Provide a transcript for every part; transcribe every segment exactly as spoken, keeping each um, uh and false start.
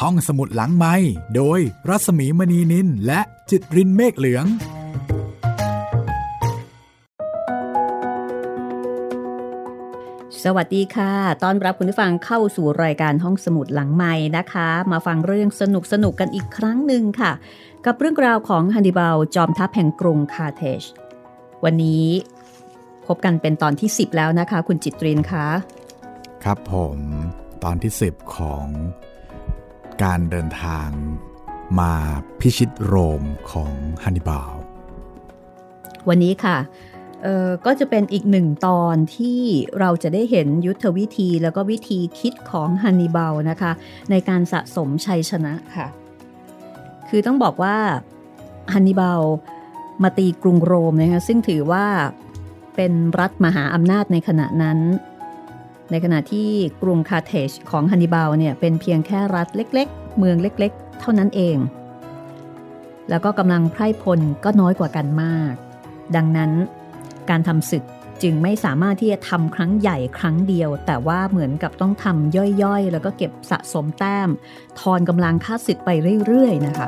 ห้องสมุดหลังไมค์โดยรัศมีมณีนินและจิตรินเมฆเหลืองสวัสดีค่ะต้อนรับคุณผู้ฟังเข้าสู่รายการห้องสมุดหลังไมค์นะคะมาฟังเรื่องสนุกสนุกกันอีกครั้งหนึ่งค่ะกับเรื่องราวของฮันนิบาลจอมทัพแห่งกรุงคาร์เทจวันนี้พบกันเป็นตอนที่สิบแล้วนะคะคุณจิตรินคะครับผมตอนที่สิบของการเดินทางมาพิชิตโรมของฮันนิบาลวันนี้ค่ะเอ่อก็จะเป็นอีกหนึ่งตอนที่เราจะได้เห็นยุทธวิธีแล้วก็วิธีคิดของฮันนิบาลนะคะในการสะสมชัยชนะค่ะคือต้องบอกว่าฮันนิบาลมาตีกรุงโรมนะคะซึ่งถือว่าเป็นรัฐมหาอำนาจในขณะนั้นในขณะที่กรุงคาร์เทจของฮันนิบาลเนี่ยเป็นเพียงแค่รัฐเล็กๆเมืองเล็กๆเท่านั้นเองแล้วก็กำลังไพร่พลก็น้อยกว่ากันมากดังนั้นการทำศึกจึงไม่สามารถที่จะทำครั้งใหญ่ครั้งเดียวแต่ว่าเหมือนกับต้องทำย่อยๆแล้วก็เก็บสะสมแต้มทอนกำลังค่าศึกไปเรื่อยๆนะคะ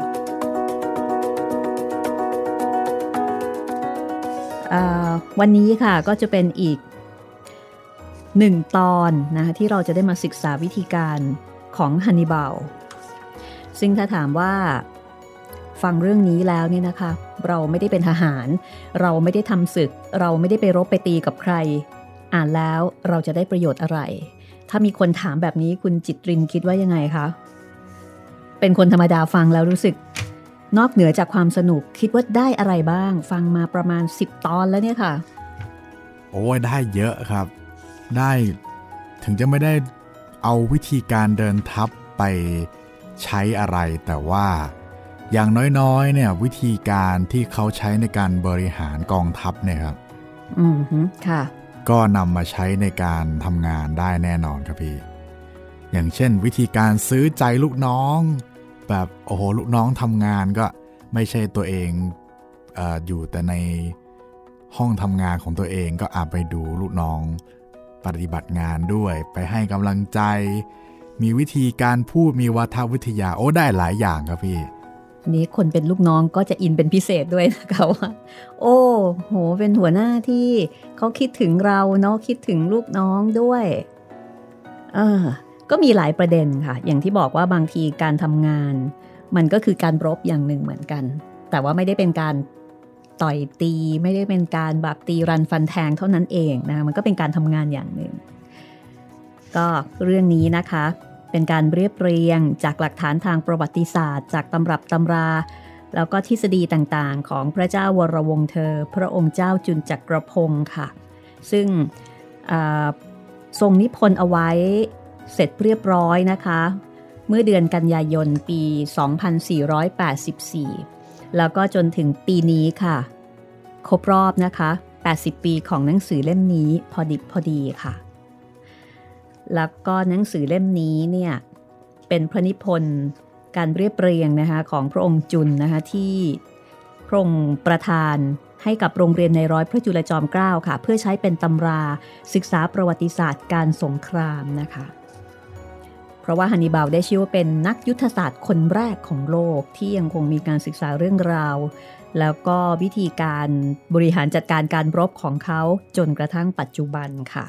วันนี้ค่ะก็จะเป็นอีกหนึ่งตอนนะคะที่เราจะได้มาศึกษาวิธีการของฮันนิบาลซึ่งถ้าถามว่าฟังเรื่องนี้แล้วเนี่ยนะคะเราไม่ได้เป็นทหารเราไม่ได้ทำศึกเราไม่ได้ไปรบไปตีกับใครอ่านแล้วเราจะได้ประโยชน์อะไรถ้ามีคนถามแบบนี้คุณจิตรินคิดว่ายังไงคะเป็นคนธรรมดาฟังแล้วรู้สึกนอกเหนือจากความสนุกคิดว่าได้อะไรบ้างฟังมาประมาณสิบตอนแล้วเนี่ยค่ะโอ้ยได้เยอะครับได้ถึงจะไม่ได้เอาวิธีการเดินทัพไปใช้อะไรแต่ว่าอย่างน้อยๆเนี่ยวิธีการที่เขาใช้ในการบริหารกองทัพเนี่ยครับอืมค่ะก็นำมาใช้ในการทำงานได้แน่นอนครับพี่อย่างเช่นวิธีการซื้อใจลูกน้องแบบโอ้โหลูกน้องทำงานก็ไม่ใช่ตัวเองเอ่ออยู่แต่ในห้องทำงานของตัวเองก็อาจไปดูลูกน้องปฏิบัติงานด้วยไปให้กำลังใจมีวิธีการพูดมีวาทวิทยาโอ้ได้หลายอย่างครับพี่นี้คนเป็นลูกน้องก็จะอินเป็นพิเศษด้วยนะคะว่าโอ้โหเป็นหัวหน้าที่เขาคิดถึงเราเนาะคิดถึงลูกน้องด้วยเออก็มีหลายประเด็นค่ะอย่างที่บอกว่าบางทีการทำงานมันก็คือการรบอย่างหนึ่งเหมือนกันแต่ว่าไม่ได้เป็นการต่อยตีไม่ได้เป็นการแบบตีรันฟันแทงเท่านั้นเองนะมันก็เป็นการทำงานอย่างหนึ่งก็เรื่องนี้นะคะเป็นการเรียบเรียงจากหลักฐานทางประวัติศาสตร์จากตำรับตำราแล้วก็ทฤษฎีต่างๆของพระเจ้าวรวงศ์เธอพระองค์เจ้าจุลจักรพงศ์ค่ะซึ่งทรงนิพนธ์เอาไว้เสร็จเรียบร้อยนะคะเมื่อเดือนกันยายนปีสองพันสี่ร้อยแปดสิบสี่แล้วก็จนถึงปีนี้ค่ะครบรอบนะคะแปดสิบปีของหนังสือเล่มนี้พอดิบพอดีค่ะแล้วก็หนังสือเล่มนี้เนี่ยเป็นพระนิพนธ์การเรียบเรียงนะคะของพระองค์จุลนะคะที่พระองค์ประทานให้กับโรงเรียนในร้อยพระจุลจอมเกล้าค่ะเพื่อใช้เป็นตำราศึกษาประวัติศาสตร์การสงครามนะคะเพราะว่าฮันนิบาลได้ชื่อว่าเป็นนักยุทธศาสตร์คนแรกของโลกที่ยังคงมีการศึกษาเรื่องราวแล้วก็วิธีการบริหารจัดการการรบของเขาจนกระทั่งปัจจุบันค่ะ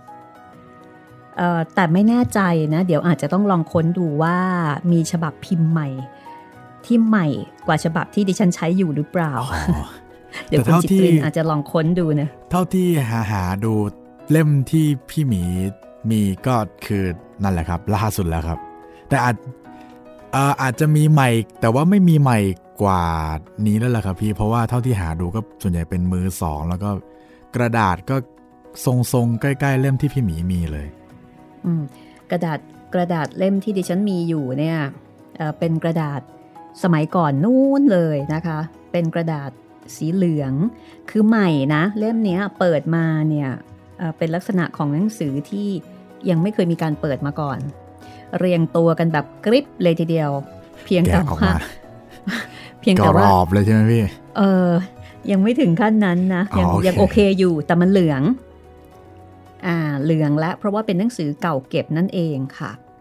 แต่ไม่แน่ใจนะเดี๋ยวอาจจะต้องลองค้นดูว่ามีฉบับพิมพ์ใหม่ที่ใหม่กว่าฉบับที่ดิฉันใช้อยู่หรือเปล่า เดี๋ยวคุณจิตรินอาจจะลองค้นดูนะเท่าที่หาหาดูเล่มที่พี่หมีมีก็คือนั่นแหละครับล่าสุดแล้วครับแต่อาจเอ่ออาจจะมีใหม่แต่ว่าไม่มีใหม่กว่านี้แล้วล่ะครับพี่เพราะว่าเท่าที่หาดูก็ส่วนใหญ่เป็นมือสองแล้วก็กระดาษก็ทรงๆใกล้ๆเล่มที่พี่หมีมีเลยอืมกระดาษกระดาษเล่มที่ดิฉันมีอยู่เนี่ยเอ่อเป็นกระดาษสมัยก่อนนู้นเลยนะคะเป็นกระดาษสีเหลืองคือใหม่นะเล่มนี้เปิดมาเนี่ยเอ่อเป็นลักษณะของหนังสือที่ยังไม่เคยมีการเปิดมาก่อนเรียงตัวกันแบบกริบเลยทีเดียวเพียงแต่ว่าเพียงแต่ว่ารอบเลยใช่ไหมพี่เออยังไม่ถึงขั้นนั้นนะยังยังโอเคอยู่แต่มันเหลืองอ่าเหลืองและเพราะว่าเป็นหนังสือเก่าเก็บนั่นเองค่ะ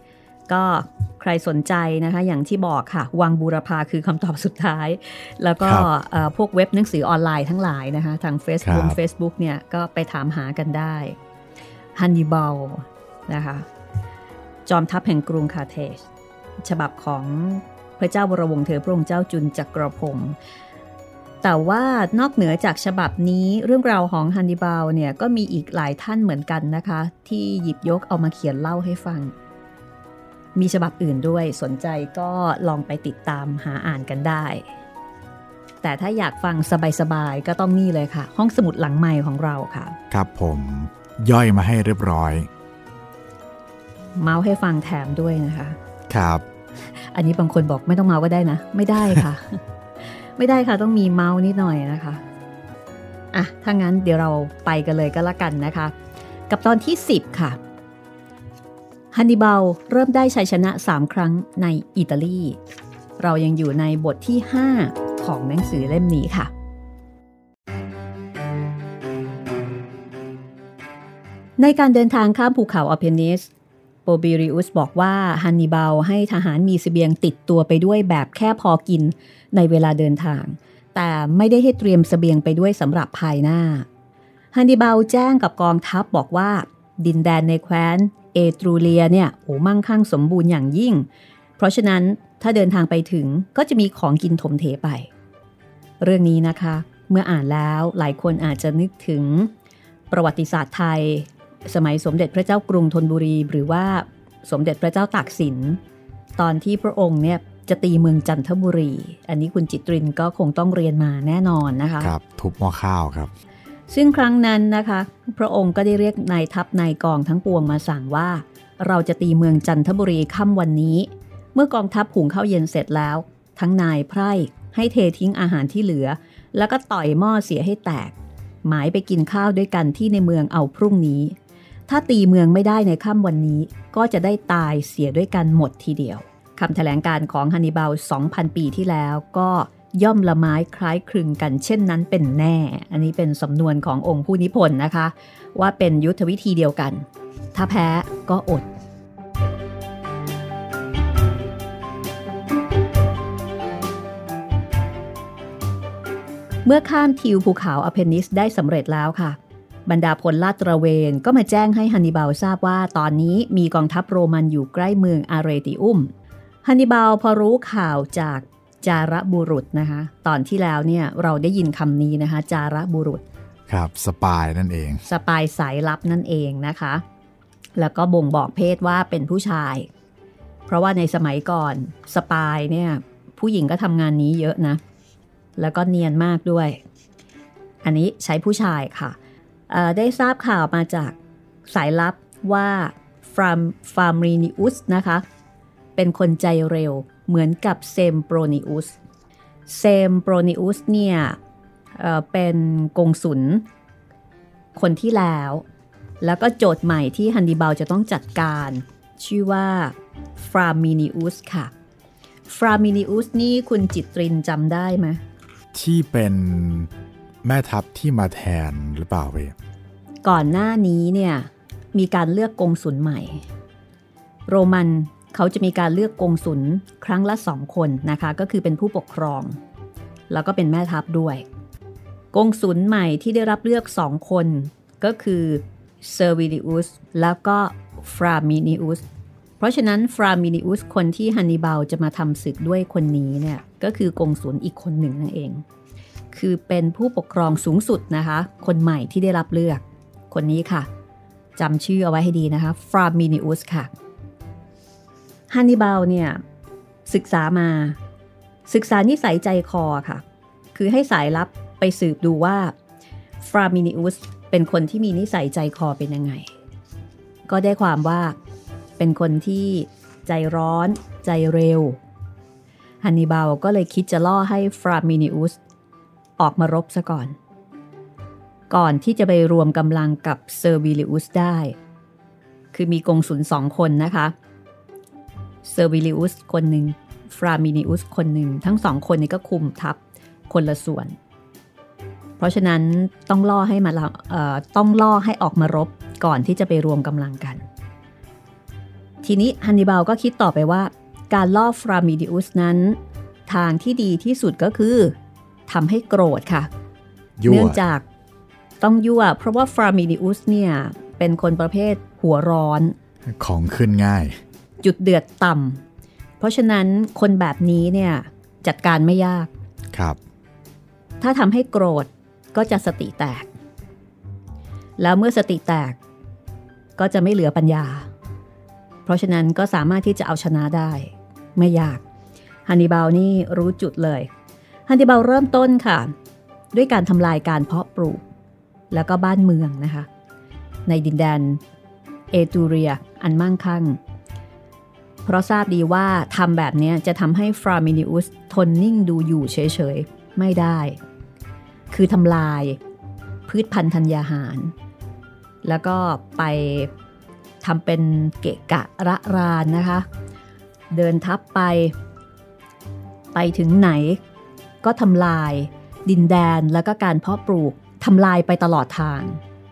ก็ใครสนใจนะคะอย่างที่บอกค่ะวังบูรพาคือคำตอบสุดท้ายแล้วก็พวกเว็บหนังสือออนไลน์ทั้งหลายนะคะทาง Facebook Facebook เนี่ยก็ไปถามหากันได้ฮันนิบาลนะคะจอมทัพแห่งกรุงคาร์เทจฉบับของพระเจ้าวรวงศ์เธอพระองค์เจ้าจุลจักรพงศ์แต่ว่านอกเหนือจากฉบับนี้เรื่องราวของฮันนิบาลเนี่ยก็มีอีกหลายท่านเหมือนกันนะคะที่หยิบยกเอามาเขียนเล่าให้ฟังมีฉบับอื่นด้วยสนใจก็ลองไปติดตามหาอ่านกันได้แต่ถ้าอยากฟังสบายๆก็ต้องนี่เลยค่ะห้องสมุดหลังใหม่ของเราค่ะครับผมย่อยมาให้เรียบร้อยเมาส์ให้ฟังแถมด้วยนะคะครับอันนี้บางคนบอกไม่ต้องเมาส์ก็ได้นะไม่ได้ค่ะ ไม่ได้ค่ะต้องมีเมาส์นิดหน่อยนะคะอ่ะถ้างั้นเดี๋ยวเราไปกันเลยก็แล้วกันนะคะกับตอนที่สิบค่ะฮันนิบาลเริ่มได้ชัยชนะสามครั้งในอิตาลีเรายังอยู่ในบทที่ห้าของหนังสือเล่มนี้ค่ะในการเดินทางข้ามภูเขาอัลเพนิสโปบิริอุสบอกว่าฮันนิบาลให้ทหารมีเสบียงติดตัวไปด้วยแบบแค่พอกินในเวลาเดินทางแต่ไม่ได้ให้เตรียมเสบียงไปด้วยสำหรับภายหน้าฮันนิบาลแจ้งกับกองทัพบอกว่าดินแดนในแคว้นเอตรูเลียเนี่ยโอ้มั่งคั่งสมบูรณ์อย่างยิ่งเพราะฉะนั้นถ้าเดินทางไปถึงก็จะมีของกินถมเถไปเรื่องนี้นะคะเมื่ออ่านแล้วหลายคนอาจจะนึกถึงประวัติศาสตร์ไทยสมัยสมเด็จพระเจ้ากรุงธนบุรีหรือว่าสมเด็จพระเจ้าตากสินตอนที่พระองค์เนี่ยจะตีเมืองจันทบุรีอันนี้คุณจิตรินก็คงต้องเรียนมาแน่นอนนะคะครับทุบหม้อข้าวครับซึ่งครั้งนั้นนะคะพระองค์ก็ได้เรียกนายทัพนายกองทั้งปวงมาสั่งว่าเราจะตีเมืองจันทบุรีค่ำวันนี้เมื่อกองทัพหุงข้าวเย็นเสร็จแล้วทั้งนายไพร่ให้เททิ้งอาหารที่เหลือแล้วก็ต่อยหม้อเสียให้แตกหมายไปกินข้าวด้วยกันที่ในเมืองเอาพรุ่งนี้ถ้าตีเมืองไม่ได้ในค่ำวันนี้ก็จะได้ตายเสียด้วยกันหมดทีเดียวคำแถลงการของฮันนิบาล สองพัน ปีที่แล้วก็ย่อมละไม้คล้ายคลึงกันเช่นนั้นเป็นแน่อันนี้เป็นสำนวนขององค์ผู้นิพนธ์นะคะว่าเป็นยุทธวิธีเดียวกันถ้าแพ้ก็อดเมื่อข้ามทิวภูเขาอัลเพนิสได้สำเร็จแล้วค่ะบรรดาพลลาดตระเวนก็มาแจ้งให้ฮันนิบาลทราบว่าตอนนี้มีกองทัพโรมันอยู่ใกล้เมืองอาเรติอุมฮันนิบาลพอรู้ข่าวจากจาระบุรุษนะคะตอนที่แล้วเนี่ยเราได้ยินคำนี้นะคะจาระบุรุษครับสปายนั่นเองสปายสายลับนั่นเองนะคะแล้วก็บ่งบอกเพศว่าเป็นผู้ชายเพราะว่าในสมัยก่อนสปายเนี่ยผู้หญิงก็ทำงานนี้เยอะนะแล้วก็เนียนมากด้วยอันนี้ใช้ผู้ชายค่ะได้ทราบข่าวมาจากสายลับว่าฟรามฟาร์มรีนิอุสนะคะเป็นคนใจเร็วเหมือนกับเซมโปรนิอุสเซมโปรนิอุสเนี่ยเอ่อเป็นกงสุลคนที่แล้วแล้วก็โจทย์ใหม่ที่ฮันนิบาลจะต้องจัดการชื่อว่าฟรามินิอุสค่ะฟรามินิอุสนี่คุณจิตรินจำได้ไหมที่เป็นแม่ทัพที่มาแทนหรือเปล่าเว้ยก่อนหน้านี้เนี่ยมีการเลือกกงสุลใหม่โรมันเขาจะมีการเลือกกงสุลครั้งละสองคนนะคะก็คือเป็นผู้ปกครองแล้วก็เป็นแม่ทัพด้วยกงสุลใหม่ที่ได้รับเลือกสองคนก็คือเซอร์วิลิอุสแล้วก็ฟรามินิอุสเพราะฉะนั้นฟรามินิอุสคนที่ฮันนิบาลจะมาทำศึกด้วยคนนี้เนี่ยก็คือกงสุลอีกคนหนึ่งนั่นเองคือเป็นผู้ปกครองสูงสุดนะคะคนใหม่ที่ได้รับเลือกคนนี้ค่ะจำชื่อเอาไว้ให้ดีนะคะฟรามินิอุสค่ะฮันนิบาลเนี่ยศึกษามาศึกษานิสัยใจคอค่ะคือให้สายลับไปสืบดูว่าฟรามินิอุสเป็นคนที่มีนิสัยใจคอเป็นยังไงก็ได้ความว่าเป็นคนที่ใจร้อนใจเร็วฮันนิบาลก็เลยคิดจะล่อให้ฟรามินิอุสออกมารบซะก่อนก่อนที่จะไปรวมกำลังกับเซอร์วิลิอุสได้คือมีกงสุลสองคนนะคะเซอร์วิลิอุสคนหนึ่งฟรามินิอุสคนหนึ่งทั้งสองคนนี้ก็คุมทัพคนละส่วนเพราะฉะนั้นต้องล่อให้มาเอ่อต้องล่อให้ออกมารบก่อนที่จะไปรวมกำลังกันทีนี้ฮันนิบาลก็คิดต่อไปว่าการล่อฟรามิดิอุสนั้นทางที่ดีที่สุดก็คือทำให้โกรธค่ะเนื่องจากต้องยั่วเพราะว่าฟรามิดิอุสเนี่ยเป็นคนประเภทหัวร้อนของขึ้นง่ายจุดเดือดต่ำเพราะฉะนั้นคนแบบนี้เนี่ยจัดการไม่ยากครับถ้าทำให้โกรธก็จะสติแตกแล้วเมื่อสติแตกก็จะไม่เหลือปัญญาเพราะฉะนั้นก็สามารถที่จะเอาชนะได้ไม่ยากฮันนิบาลนี่รู้จุดเลยฮันนิบาลเริ่มต้นค่ะด้วยการทำลายการเพาะปลูกแล้วก็บ้านเมืองนะคะในดินแดนเอตูเรียอันมั่งคั่งเพราะทราบดีว่าทำแบบนี้จะทำให้ฟรามินิอุสทนนิ่งดูอยู่เฉยๆไม่ได้คือทำลายพืชพันธุ์ธัญญาหารแล้วก็ไปทำเป็นเกะกะระรานนะคะเดินทัพไปไปถึงไหนก็ทำลายดินแดนแล้วก็การเพาะปลูกทำลายไปตลอดทาง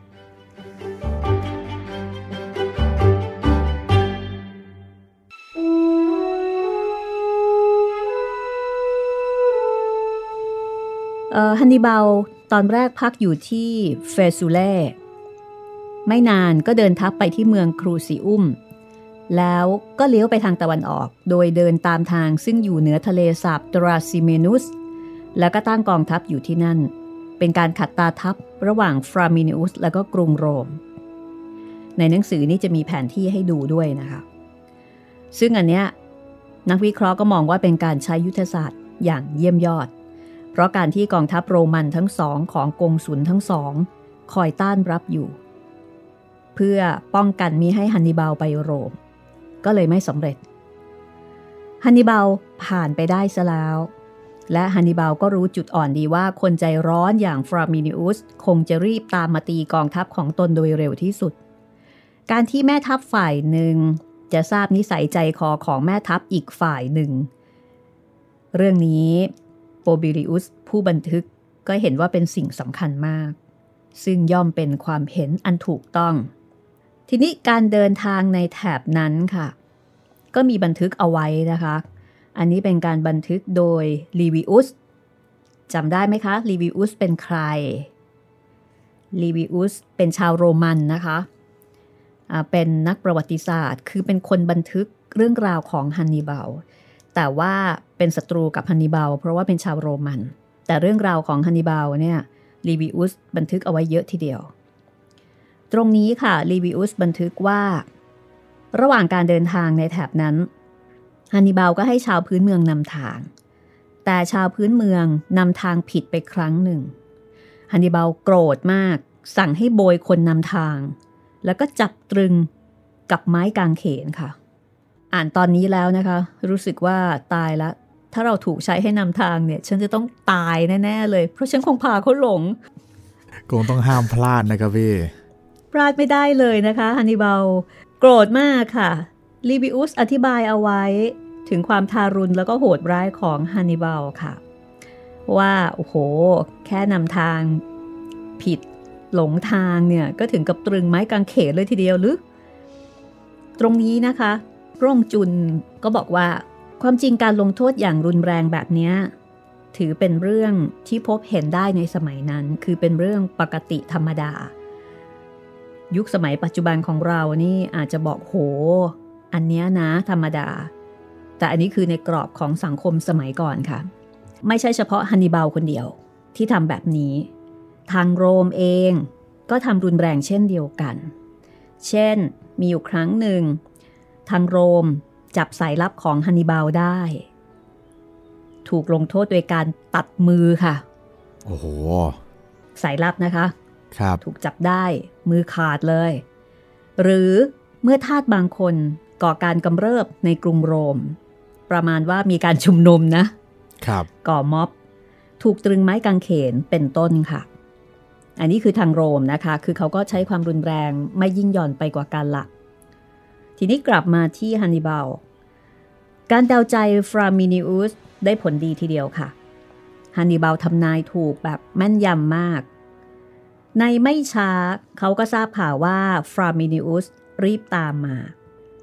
ฮันนิบาลตอนแรกพักอยู่ที่เฟซูเล่ไม่นานก็เดินทัพไปที่เมืองครูซิอุมแล้วก็เลี้ยวไปทางตะวันออกโดยเดินตามทางซึ่งอยู่เหนือทะเลสาบตราซิเมนุสแล้วก็ตั้งกองทัพอยู่ที่นั่นเป็นการขัดตาทัพระหว่างฟรามินิอุสและก็กรุงโรมในหนังสือนี้จะมีแผนที่ให้ดูด้วยนะคะซึ่งอันเนี้ยนักวิเคราะห์ก็มองว่าเป็นการใช้ยุทธศาสตร์อย่างเยี่ยมยอดเพราะการที่กองทัพโรมันทั้งสองของกงสุลทั้งสองคอยต้านรับอยู่เพื่อป้องกันมิให้ฮันนิบาลไปโรมก็เลยไม่สำเร็จฮันนิบาลผ่านไปได้ซะแล้วและฮันนิบาลก็รู้จุดอ่อนดีว่าคนใจร้อนอย่างฟรามินิอุสคงจะรีบตามมาตีกองทัพของตนโดยเร็วที่สุดการที่แม่ทัพฝ่ายหนึ่งจะทราบนิสัยใจคอของแม่ทัพอีกฝ่ายหนึ่งเรื่องนี้โปบิลิอุสผู้บันทึกก็เห็นว่าเป็นสิ่งสำคัญมากซึ่งย่อมเป็นความเห็นอันถูกต้องทีนี้การเดินทางในแถบนั้นค่ะก็มีบันทึกเอาไว้นะคะอันนี้เป็นการบันทึกโดยลีวิอุสจำได้ไหมคะลีวิอุสเป็นใครลีวิอุสเป็นชาวโรมันนะคะเป็นนักประวัติศาสตร์คือเป็นคนบันทึกเรื่องราวของฮันนิบาลแต่ว่าเป็นศัตรูกับฮันนิบาลเพราะว่าเป็นชาวโรมันแต่เรื่องราวของฮันนิบาลเนี่ยลีวิอุสบันทึกเอาไว้เยอะทีเดียวตรงนี้ค่ะลีวิอุสบันทึกว่าระหว่างการเดินทางในแถบนั้นฮันนิบาลก็ให้ชาวพื้นเมืองนำทางแต่ชาวพื้นเมืองนำทางผิดไปครั้งหนึ่งฮันนิบาลโกรธมากสั่งให้โบยคนนำทางแล้วก็จับตรึงกับไม้กางเขนค่ะอ่านตอนนี้แล้วนะคะรู้สึกว่าตายละถ้าเราถูกใช้ให้นำทางเนี่ยฉันจะต้องตายแน่ๆเลยเพราะฉันคงพาเขาหลงคงต้องห้ามพลาดนะครับพี่พลาดไม่ได้เลยนะคะฮันนิบาลโกรธมากค่ะลีวิอุสอธิบายเอาไว้ถึงความทารุณแล้วก็โหดร้ายของฮันนิบาลค่ะว่าโอ้โหแค่นำทางผิดหลงทางเนี่ยก็ถึงกับตรึงไม้กางเขนเลยทีเดียวหรือตรงนี้นะคะร่งจุนก็บอกว่าความจริงการลงโทษอย่างรุนแรงแบบนี้ถือเป็นเรื่องที่พบเห็นได้ในสมัยนั้นคือเป็นเรื่องปกติธรรมดายุคสมัยปัจจุบันของเรานี่อาจจะบอกโหอันเนี้ยนะธรรมดาแต่อันนี้คือในกรอบของสังคมสมัยก่อนค่ะไม่ใช่เฉพาะฮันนิบาลคนเดียวที่ทำแบบนี้ทางโรมเองก็ทำรุนแรงเช่นเดียวกันเช่นมีอยู่ครั้งหนึ่งทางโรมจับสายลับของฮันนิบาลได้ถูกลงโทษโดยการตัดมือค่ะโอ้โหสายลับนะคะครับถูกจับได้มือขาดเลยหรือเมื่อทาสบางคนก่อการกำเริบในกรุงโรมประมาณว่ามีการชุมนุมนะครับก่อม็อบถูกตรึงไม้กางเขนเป็นต้นค่ะอันนี้คือทางโรมนะคะคือเขาก็ใช้ความรุนแรงไม่ยิ่งหย่อนไปกว่ากันละทีนี้กลับมาที่ฮันนิบาลการเดาใจฟรามินิอุสได้ผลดีทีเดียวค่ะฮันนิบาลทำนายถูกแบบแม่นยำมากในไม่ช้าเขาก็ทราบข่าวว่าฟรามินิอุสรีบตามมา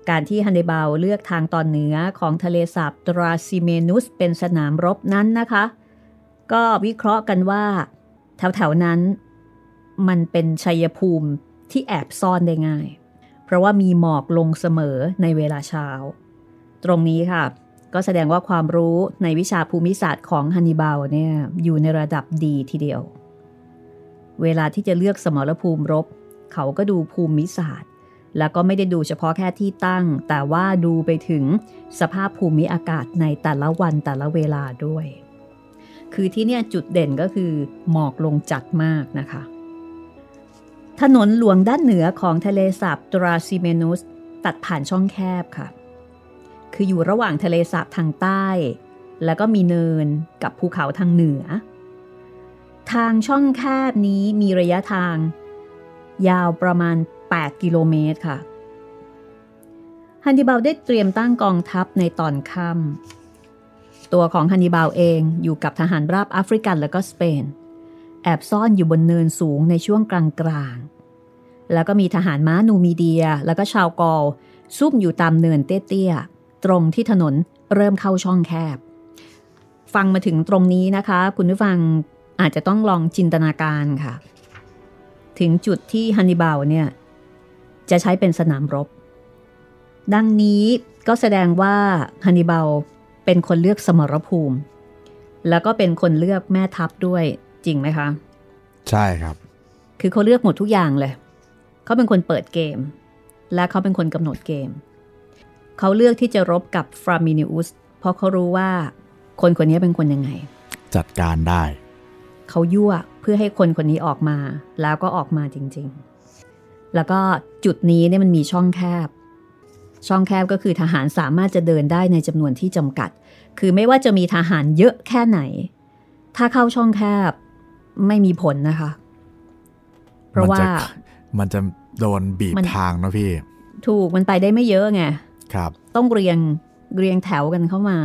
การที่ฮันนิบาลเลือกทางตอนเหนือของทะเลสาบตราซิเมนุสเป็นสนามรบนั้นนะคะก็วิเคราะห์กันว่าแถวๆนั้นมันเป็นชัยภูมิที่แอบซ่อนได้ง่ายเพราะว่ามีหมอกลงเสมอในเวลาเช้าตรงนี้ค่ะก็แสดงว่าความรู้ในวิชาภูมิศาสตร์ของฮันนิบาลเนี่ยอยู่ในระดับดีทีเดียวเวลาที่จะเลือกสมรภูมิรบเขาก็ดูภูมิศาสตร์แล้วก็ไม่ได้ดูเฉพาะแค่ที่ตั้งแต่ว่าดูไปถึงสภาพภูมิอากาศในแต่ละวันแต่ละเวลาด้วยคือที่เนี่ยจุดเด่นก็คือหมอกลงจัดมากนะคะถนนหลวงด้านเหนือของทะเลสาบตราซิเมนุสตัดผ่านช่องแคบค่ะคืออยู่ระหว่างทะเลสาบทางใต้แล้วก็มีเนินกับภูเขาทางเหนือทางช่องแคบนี้มีระยะทางยาวประมาณแปดกิโลเมตรค่ะฮันนิบาลได้เตรียมตั้งกองทัพในตอนค่ำตัวของฮันนิบาลเองอยู่กับทหารราบแอฟริกันและก็สเปนแอบซ่อนอยู่บนเนินสูงในช่วงกลางๆแล้วก็มีทหารม้านูมีเดียแล้วก็ชาวกอลซุ่มอยู่ตามเนินเตี้ยๆตรงที่ถนนเริ่มเข้าช่องแคบฟังมาถึงตรงนี้นะคะคุณผู้ฟังอาจจะต้องลองจินตนาการค่ะถึงจุดที่ฮันนิบาลเนี่ยจะใช้เป็นสนามรบดังนี้ก็แสดงว่าฮันนิบาลเป็นคนเลือกสมรภูมิแล้วก็เป็นคนเลือกแม่ทัพด้วยจริงไหมคะใช่ครับคือเขาเลือกหมดทุกอย่างเลยเขาเป็นคนเปิดเกมและเขาเป็นคนกำหนดเกมเขาเลือกที่จะรบกับฟรามินิอุสเพราะเขารู้ว่าคนคนนี้เป็นคนยังไงจัดการได้เขายั่วเพื่อให้คนคนนี้ออกมาแล้วก็ออกมาจริงๆแล้วก็จุดนี้เนี่ยมันมีช่องแคบช่องแคบก็คือทหารสามารถจะเดินได้ในจำนวนที่จำกัดคือไม่ว่าจะมีทหารเยอะแค่ไหนถ้าเข้าช่องแคบไม่มีผลนะคะเพราะว่ามันจะโดนบีบทางนะพี่ถูกมันไปได้ไม่เยอะไงครับต้องเรียงเรียงแถวกันเข้ามา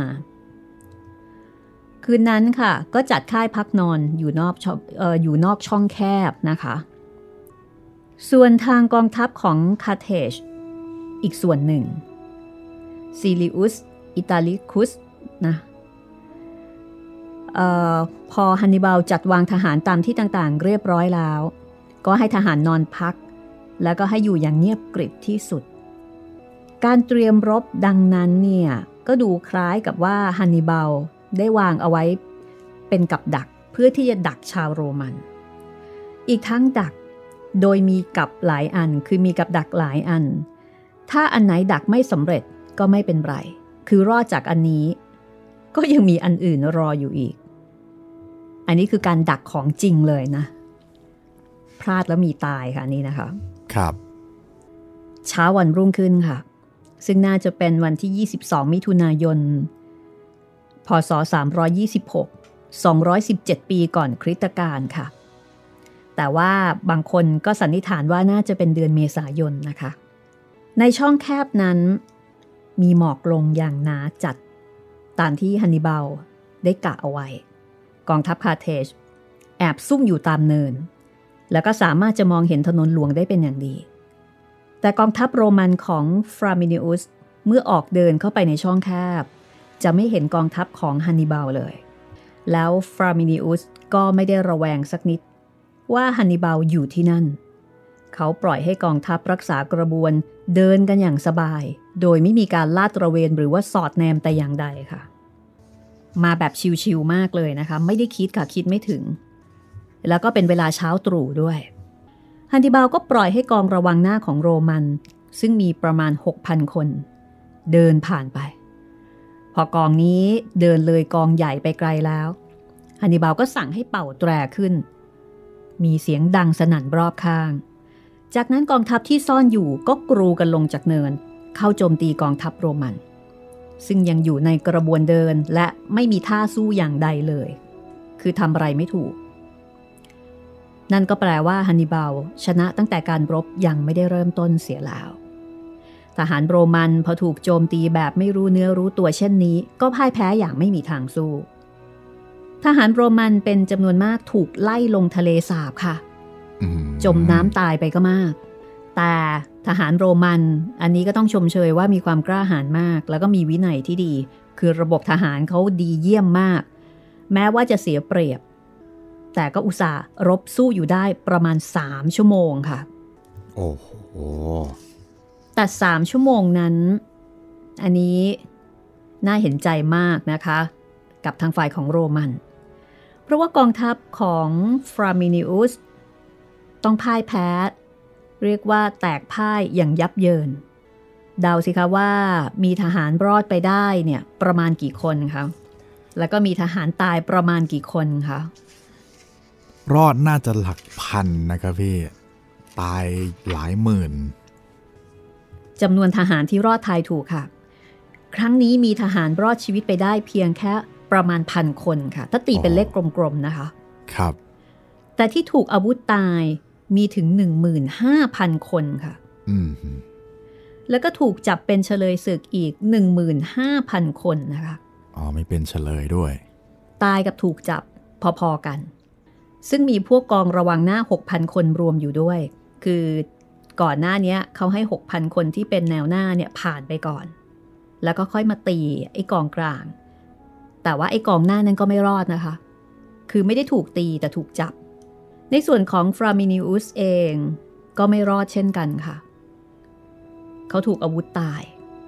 คืนนั้นค่ะก็จัดค่ายพักนอนอยู่นอกช่องเอ่ออยู่นอกช่องแคบนะคะส่วนทางกองทัพของคาร์เทจอีกส่วนหนึ่งซิลิอุสอิตาลิคุสนะเอ่อพอฮันนิบาลจัดวางทหารตามที่ต่างๆเรียบร้อยแล้วก็ให้ทหารนอนพักแล้วก็ให้อยู่อย่างเงียบกริบที่สุดการเตรียมรบดังนั้นเนี่ยก็ดูคล้ายกับว่าฮันนิบาลได้วางเอาไว้เป็นกับดักเพื่อที่จะดักชาวโรมันอีกทั้งดักโดยมีกับหลายอันคือมีกับดักหลายอันถ้าอันไหนดักไม่สำเร็จก็ไม่เป็นไรคือรอดจากอันนี้ก็ยังมีอันอื่นรออยู่อีกอันนี้คือการดักของจริงเลยนะพลาดแล้วมีตายค่ะนี่นะคะครับเช้าวันรุ่งขึ้นค่ะซึ่งน่าจะเป็นวันที่ยี่สิบสองมิถุนายนพ.ศ. สามร้อยยี่สิบหก สองร้อยสิบเจ็ดปีก่อนคริสตกาลค่ะแต่ว่าบางคนก็สันนิษฐานว่าน่าจะเป็นเดือนเมษายนนะคะในช่องแคบนั้นมีหมอกลงอย่างหนาจัดตามที่ฮันนิบาลได้กะเอาไว้กองทัพคาร์เทจแอบซุ่มอยู่ตามเนินแล้วก็สามารถจะมองเห็นถนนหลวงได้เป็นอย่างดีแต่กองทัพโรมันของฟรามินิอุสเมื่อออกเดินเข้าไปในช่องแคบจะไม่เห็นกองทัพของฮันนิบาลเลยแล้วฟรามินิอุสก็ไม่ได้ระแวงสักนิดว่าฮันนิบาลอยู่ที่นั่นเขาปล่อยให้กองทัพรักษากระบวนเดินกันอย่างสบายโดยไม่มีการลาดตระเวนหรือว่าสอดแนมแต่อย่างใดค่ะมาแบบชิลๆมากเลยนะคะไม่ได้คิดค่ะคิดไม่ถึงแล้วก็เป็นเวลาเช้าตรู่ด้วยฮันนิบาลก็ปล่อยให้กองระวังหน้าของโรมันซึ่งมีประมาณ หกพัน คนเดินผ่านไปพอกองนี้เดินเลยกองใหญ่ไปไกลแล้วฮันนิบาลก็สั่งให้เป่าแตรขึ้นมีเสียงดังสนั่นรอบข้างจากนั้นกองทัพที่ซ่อนอยู่ก็กรูกันลงจากเนินเข้าโจมตีกองทัพโรมันซึ่งยังอยู่ในกระบวนเดินและไม่มีท่าสู้อย่างใดเลยคือทำอะไรไม่ถูกนั่นก็แปลว่าฮันนิบาลชนะตั้งแต่การรบยังไม่ได้เริ่มต้นเสียแล้วทหารโรมันพอถูกโจมตีแบบไม่รู้เนื้อรู้ตัวเช่นนี้ก็พ่ายแพ้อย่างไม่มีทางสู้ทหารโรมันเป็นจำนวนมากถูกไล่ลงทะเลสาบค่ะจมน้ำตายไปก็มากแต่ททหารโรมันอันนี้ก็ต้องชมเชยว่ามีความกล้าหาญมากแล้วก็มีวินัยที่ดีคือระบบทหารเขาดีเยี่ยมมากแม้ว่าจะเสียเปรียบแต่ก็อุตส่าห์รบสู้อยู่ได้ประมาณสามชั่วโมงค่ะโอ้โหแต่สามชั่วโมงนั้นอันนี้น่าเห็นใจมากนะคะกับทางฝ่ายของโรมันเพราะว่ากองทัพของฟรามินิอุสต้องพ่ายแพ้เรียกว่าแตกพ่ายอย่างยับเยินเดาสิคะว่ามีทหารรอดไปได้เนี่ยประมาณกี่คนคะแล้วก็มีทหารตายประมาณกี่คนคะรอดน่าจะหลักพันนะครับพี่ตายหลายหมื่นจำนวนทหารที่รอดทายถูกค่ะครั้งนี้มีทหารรอดชีวิตไปได้เพียงแค่ประมาณพันคนค่ะถ้าตีเป็นเลขกลมๆนะคะครับแต่ที่ถูกอาวุธตายมีถึง หนึ่งหมื่นห้าพัน คนค่ะอืมแล้วก็ถูกจับเป็นเฉลยศึกอีก หนึ่งหมื่นห้าพัน คนนะคะอ๋อไม่เป็นเฉลยด้วยตายกับถูกจับพอๆกันซึ่งมีพวกกองระวังหน้า หกพัน คนรวมอยู่ด้วยคือก่อนหน้านี้เขาให้ หกพัน คนที่เป็นแนวหน้าเนี่ยผ่านไปก่อนแล้วก็ค่อยมาตีไอ้กองกลางแต่ว่าไอ้กองหน้านั้นก็ไม่รอดนะคะคือไม่ได้ถูกตีแต่ถูกจับในส่วนของฟรามินิอุสเองก็ไม่รอดเช่นกันค่ะเขาถูกอาวุธตาย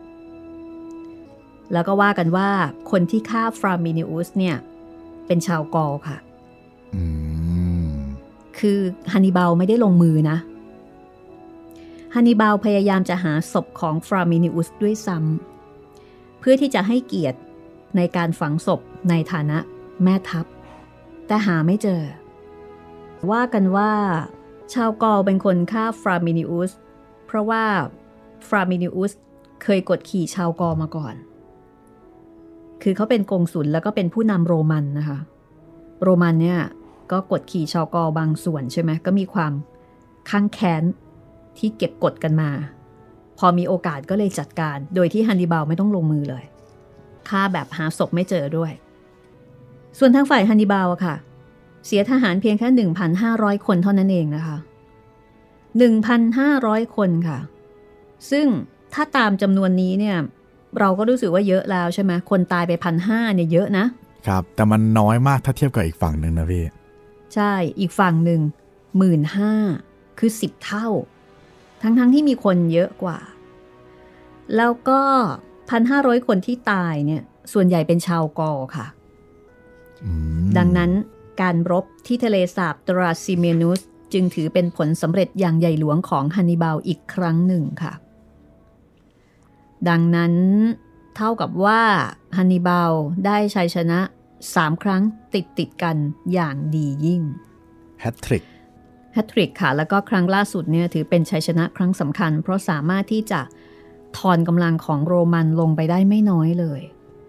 แล้วก็ว่ากันว่าคนที่ฆ่าฟรามินิอุสเนี่ยเป็นชาวกอลค่ะอืมคือฮันนิบาลไม่ได้ลงมือนะฮันนิบาลพยายามจะหาศพของฟรามินิอุสด้วยซ้ำเพื่อที่จะให้เกียรติในการฝังศพในฐานะแม่ทัพแต่หาไม่เจอว่ากันว่าชาวกอลเป็นคนฆ่าฟรามินิอุสเพราะว่าฟรามินิอุสเคยกดขี่ชาวกอลมาก่อนคือเขาเป็นกงสุลแล้วก็เป็นผู้นำโรมันนะคะโรมันเนี่ยก็กดขี่ชาวกอลบางส่วนใช่ไหมก็มีความข้างแค้นที่เก็บกดกันมาพอมีโอกาสก็เลยจัดการโดยที่ฮันนิบาลไม่ต้องลงมือเลยฆ่าแบบหาศพไม่เจอด้วยส่วนทางฝ่ายฮันนิบาลอะค่ะเสียทหารเพียงแค่ หนึ่งพันห้าร้อย คนเท่านั้นเองนะคะ หนึ่งพันห้าร้อย คนค่ะซึ่งถ้าตามจำนวนนี้เนี่ยเราก็รู้สึกว่าเยอะแล้วใช่ไหมคนตายไป หนึ่งพันห้าร้อย เนี่ยเยอะนะครับแต่มันน้อยมากถ้าเทียบกับอีกฝั่งหนึ่งนะพี่ใช่อีกฝั่งหนึ่ง หนึ่งหมื่นห้าพัน คือสิบเท่าทั้งๆ ท, ที่มีคนเยอะกว่าแล้วก็ หนึ่งพันห้าร้อย คนที่ตายเนี่ยส่วนใหญ่เป็นชาวกอลค่ะดังนั้นการรบที่ทะเลสาบตราซิเมนุสจึงถือเป็นผลสำเร็จอย่างใหญ่หลวงของฮันนิบาลอีกครั้งหนึ่งค่ะดังนั้นเท่ากับว่าฮันนิบาลได้ชัยชนะสามครั้งติดติดกันอย่างดียิ่งแฮตทริกแฮตทริกค่ะแล้วก็ครั้งล่าสุดเนี่ยถือเป็นชัยชนะครั้งสำคัญเพราะสามารถที่จะทอนกำลังของโรมันลงไปได้ไม่น้อยเลย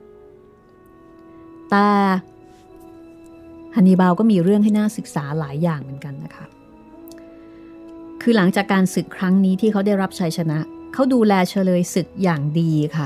แต่ฮันนิบาลก็มีเรื่องให้น่าศึกษาหลายอย่างเหมือนกันนะคะคือหลังจากการศึกครั้งนี้ที่เขาได้รับชัยชนะเขาดูแลเฉลยศึกอย่างดีค่ะ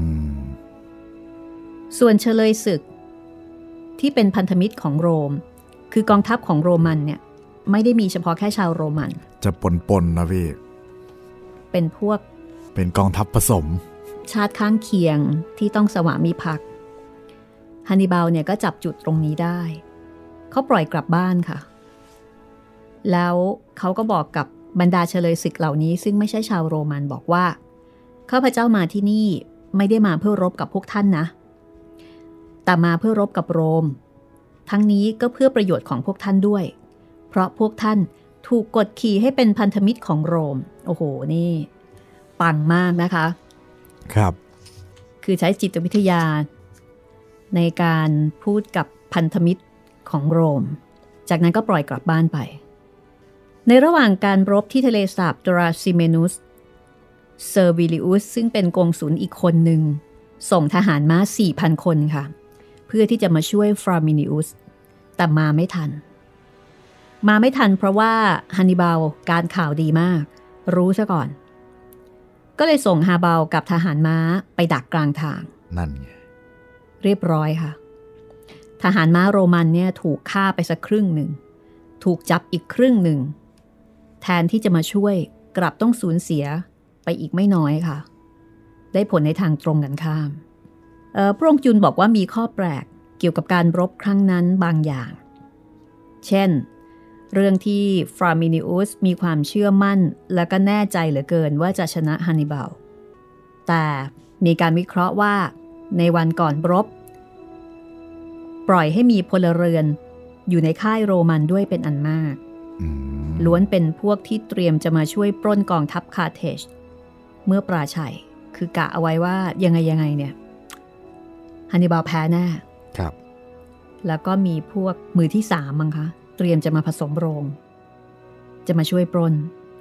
ส่วนเฉลยศึกที่เป็นพันธมิตรของโรมคือกองทัพของโรมันเนี่ยไม่ได้มีเฉพาะแค่ชาวโรมันจะปนๆนะพี่เป็นพวกเป็นกองทัพผสมชาติข้างเคียงที่ต้องสวามิภักดิ์ฮันนิบาลเนี่ยก็จับจุดตรงนี้ได้เขาปล่อยกลับบ้านค่ะแล้วเขาก็บอกกับบรรดาเฉลยศึกเหล่านี้ซึ่งไม่ใช่ชาวโรมันบอกว่าข้าพเจ้ามาที่นี่ไม่ได้มาเพื่อรบกับพวกท่านนะแต่มาเพื่อรบกับโรมทั้งนี้ก็เพื่อประโยชน์ของพวกท่านด้วยเพราะพวกท่านถูกกดขี่ให้เป็นพันธมิตรของโรมโอ้โหนี่ปังมากนะคะครับคือใช้จิตวิทยาในการพูดกับพันธมิตรของโรมจากนั้นก็ปล่อยกลับบ้านไปในระหว่างการรบที่ทะเลสาบตราซิเมนุสเซอร์วิลิอุสซึ่งเป็นกงสุลอีกคนหนึ่งส่งทหารม้า สี่พัน คนค่ะเพื่อที่จะมาช่วยฟรามินิอุสแต่มาไม่ทันมาไม่ทันเพราะว่าฮันนิบาลการข่าวดีมากรู้ซะก่อนก็เลยส่งฮาบาลกับทหารม้าไปดักกลางทางนั่นไงเรียบร้อยค่ะทหารม้าโรมันเนี่ยถูกฆ่าไปสักครึ่งหนึ่งถูกจับอีกครึ่งหนึ่งแทนที่จะมาช่วยกลับต้องสูญเสียไปอีกไม่น้อยค่ะได้ผลในทางตรงกันข้ามพระองค์จุนบอกว่ามีข้อแปลกเกี่ยวกับการรบครั้งนั้นบางอย่างเช่นเรื่องที่ฟลามินิอุสมีความเชื่อมั่นและก็แน่ใจเหลือเกินว่าจะชนะฮันนิบาลแต่มีการวิเคราะห์ว่าในวันก่อนรบปล่อยให้มีพลเรือนอยู่ในค่ายโรมันด้วยเป็นอันมากล้วนเป็นพวกที่เตรียมจะมาช่วยปล้นกองทัพคาร์เทจเมื่อปราชัยคือกะเอาไว้ว่ายังไงยังไงเนี่ยฮันนิบาลแพ้แน่ครับแล้วก็มีพวกมือที่สามมั้งคะเตรียมจะมาผสมโรงจะมาช่วยปล้น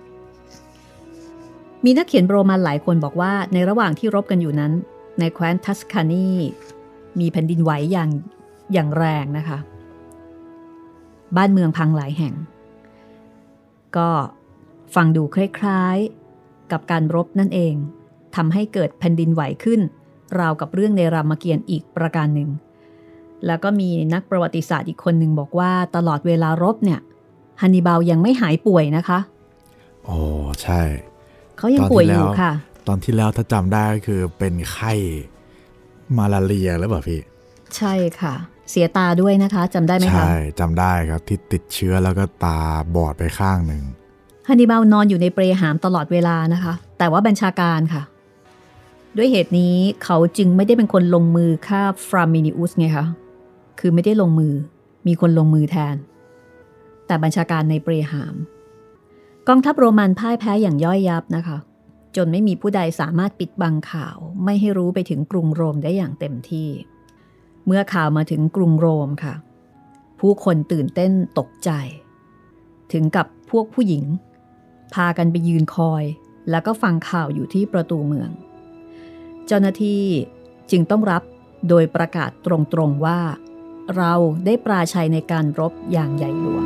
มีนักเขียนโรมันหลายคนบอกว่าในระหว่างที่รบกันอยู่นั้นในแคว้นทัสคานีมีแผ่นดินไหวอย่างอย่างแรงนะคะบ้านเมืองพังหลายแห่งก็ฟังดูคล้ายๆกับการรบนั่นเองทำให้เกิดแผ่นดินไหวขึ้นราวกับเรื่องในรามเกียรติ์อีกประการหนึ่งแล้วก็มีนักประวัติศาสตร์อีกคนหนึ่งบอกว่าตลอดเวลารบเนี่ยฮันนิบาลยังไม่หายป่วยนะคะโอ้ใช่เขายังป่วยอยู่ค่ะตอนที่แล้วถ้าจำได้ก็คือเป็นไข้มาลาเรียหรือเปล่าพี่ใช่ค่ะเสียตาด้วยนะคะจำได้ไหมคะใช่จำได้ครับที่ติดเชื้อแล้วก็ตาบอดไปข้างหนึ่งฮันนิบาลนอนอยู่ในเปลหามตลอดเวลานะคะแต่ว่าบัญชาการค่ะด้วยเหตุนี้เขาจึงไม่ได้เป็นคนลงมือฆ่าฟลามินิอุสไงคะคือไม่ได้ลงมือมีคนลงมือแทนแต่บัญชาการในเปลหามกองทัพโรมันพ่ายแพ้อย่างย่อยยับนะคะจนไม่มีผู้ใดสามารถปิดบังข่าวไม่ให้รู้ไปถึงกรุงโรมได้อย่างเต็มที่เมื่อข่าวมาถึงกรุงโรมค่ะผู้คนตื่นเต้นตกใจถึงกับพวกผู้หญิงพากันไปยืนคอยแล้วก็ฟังข่าวอยู่ที่ประตูเมืองเจ้าหน้าที่จึงต้องรับโดยประกาศตรงๆว่าเราได้ปราชัยในการรบอย่างใหญ่หลวง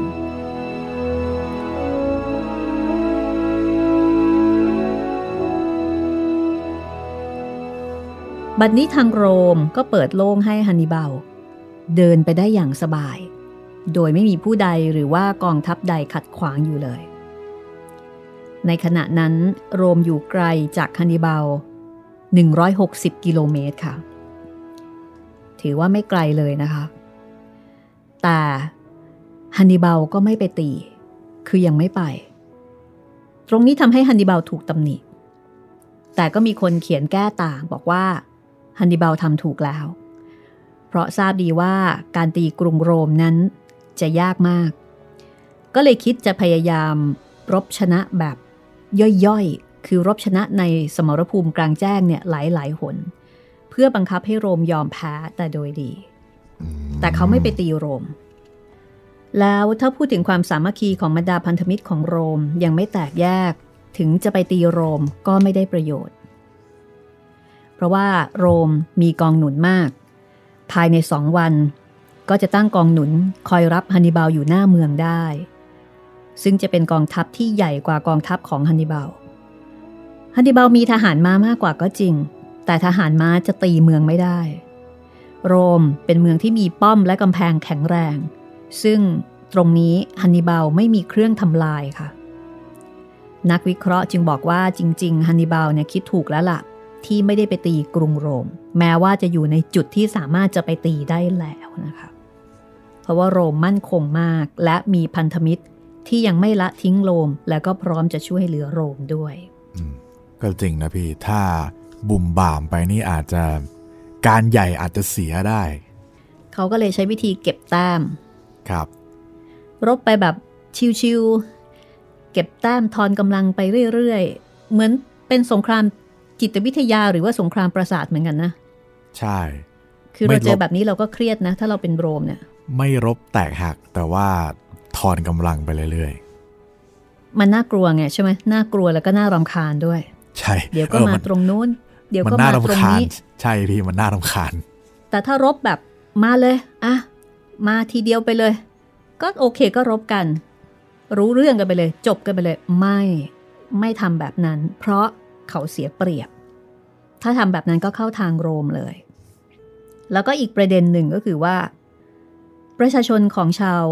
บัดนี้ทางโรมก็เปิดโล่งให้ฮันนิบาลเดินไปได้อย่างสบายโดยไม่มีผู้ใดหรือว่ากองทัพใดขัดขวางอยู่เลยในขณะนั้นโรมอยู่ไกลจากฮันนิบาลหนึ่งร้อยหกสิบกิโลเมตรค่ะถือว่าไม่ไกลเลยนะคะแต่ฮันนิบาลก็ไม่ไปตีคือยังไม่ไปตรงนี้ทำให้ฮันนิบาลถูกตำหนิแต่ก็มีคนเขียนแก้ต่างบอกว่าฮันนิบาลทำถูกแล้วเพราะทราบดีว่าการตีกรุงโรมนั้นจะยากมากก็เลยคิดจะพยายามรบชนะแบบย่อยๆคือรบชนะในสมรภูมิกลางแจ้งเนี่ยหลายๆหนเพื่อบังคับให้โรมยอมแพ้แต่โดยดีแต่เขาไม่ไปตีโรมแล้วถ้าพูดถึงความสามัคคีของบรรดาพันธมิตรของโรมยังไม่แตกแยกถึงจะไปตีโรมก็ไม่ได้ประโยชน์เพราะว่าโรมมีกองหนุนมากภายในสองวันก็จะตั้งกองหนุนคอยรับฮันนิบาลอยู่หน้าเมืองได้ซึ่งจะเป็นกองทัพที่ใหญ่กว่ากองทัพของฮันนิบาลฮันนิบาลมีทหารม้ามากกว่าก็จริงแต่ทหารม้าจะตีเมืองไม่ได้โรมเป็นเมืองที่มีป้อมและกำแพงแข็งแรงซึ่งตรงนี้ฮันนิบาลไม่มีเครื่องทำลายค่ะนักวิเคราะห์จึงบอกว่าจริงๆฮันนิบาลเนี่ยคิดถูกแล้วล่ะที่ไม่ได้ไปตีกรุงโรมแม้ว่าจะอยู่ในจุดที่สามารถจะไปตีได้แล้วนะคะเพราะว่าโรมมั่นคงมากและมีพันธมิตรที่ยังไม่ละทิ้งโรมและก็พร้อมจะช่วยเหลือโรมด้วยก็จริงนะพี่ถ้าบุ่มบ่ามไปนี่อาจจะการใหญ่อาจจะเสียได้เขาก็เลยใช้วิธีเก็บแต้มครับรบไปแบบชิวๆเก็บแต้มทอนกำลังไปเรื่อยๆเหมือนเป็นสงครามจิตวิทยาหรือว่าสงครามประสาทเหมือนกันนะใช่คือเราเจอแบบนี้เราก็เครียดนะถ้าเราเป็นโรมเนี่ยไม่รบแตกหักแต่ว่าทอนกำลังไปเรื่อยๆมันน่ากลัวไงใช่ไหมน่ากลัวแล้วก็น่ารำคาญด้วยใช่เดี๋ยวก็มาตรงนู้นเดี๋ยวก็มาตรงนี้ใช่พี่มันน่ารำคาญแต่ถ้ารบแบบมาเลยอ่ะมาทีเดียวไปเลยก็โอเคก็รบกันรู้เรื่องกันไปเลยจบกันไปเลยไม่ไม่ทำแบบนั้นเพราะเขาเสียเปรียบถ้าทำแบบนั้นก็เข้าทางโรมเลยแล้วก็อีกประเด็นหนึ่งก็คือว่าประชาชนของชาว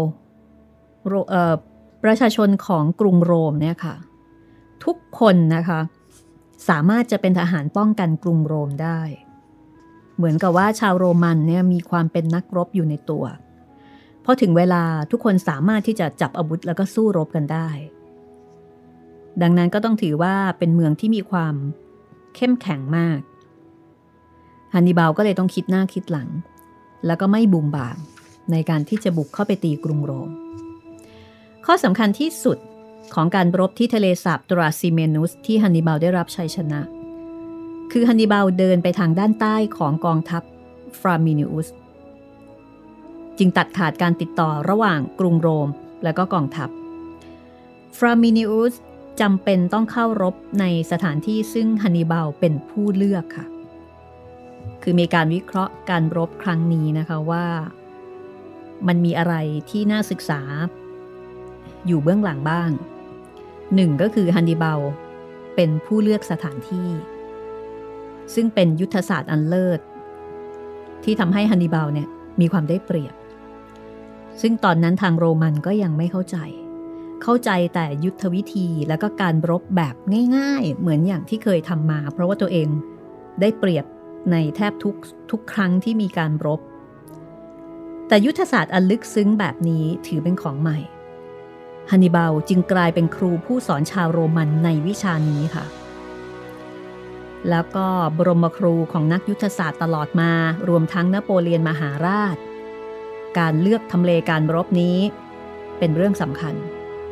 เอ่อประชาชนของกรุงโรมเนี่ยค่ะทุกคนนะคะสามารถจะเป็นทหารป้องกันกรุงโรมได้เหมือนกับว่าชาวโรมันเนี่ยมีความเป็นนักรบอยู่ในตัวพอถึงเวลาทุกคนสามารถที่จะจับอาวุธแล้วก็สู้รบกันได้ดังนั้นก็ต้องถือว่าเป็นเมืองที่มีความเข้มแข็งมากฮันนิบาลก็เลยต้องคิดหน้าคิดหลังแล้วก็ไม่บุ่มบ่ามในการที่จะบุกเข้าไปตีกรุงโรมข้อสำคัญที่สุดของการรบที่ทะเลสาบตราซิเมนุสที่ฮันนิบาลได้รับชัยชนะคือฮันนิบาลเดินไปทางด้านใต้ของกองทัพฟรามินิอุสจึงตัดขาดการติดต่อระหว่างกรุงโรมและก็กองทัพฟรามินิอุสจำเป็นต้องเข้ารบในสถานที่ซึ่งฮันนิบาลเป็นผู้เลือกค่ะคือมีการวิเคราะห์การรบครั้งนี้นะคะว่ามันมีอะไรที่น่าศึกษาอยู่เบื้องหลังบ้างหนึ่งก็คือฮันนิบาลเป็นผู้เลือกสถานที่ซึ่งเป็นยุทธศาสตร์อันเลิศที่ทำให้ฮันนิบาลเนี่ยมีความได้เปรียบซึ่งตอนนั้นทางโรมันก็ยังไม่เข้าใจเข้าใจแต่ยุทธวิธีและก็การรบแบบง่ายๆเหมือนอย่างที่เคยทำมาเพราะว่าตัวเองได้เปรียบในแทบทุกทุกครั้งที่มีการรบแต่ยุทธศาสตร์อันลึกซึ้งแบบนี้ถือเป็นของใหม่ฮันนิบาลจึงกลายเป็นครูผู้สอนชาวโรมันในวิชานี้ค่ะแล้วก็บรมครูของนักยุทธศาสตร์ตลอดมารวมทั้งนโปเลียนมหาราชการเลือกทำเลการรบนี้เป็นเรื่องสำคัญ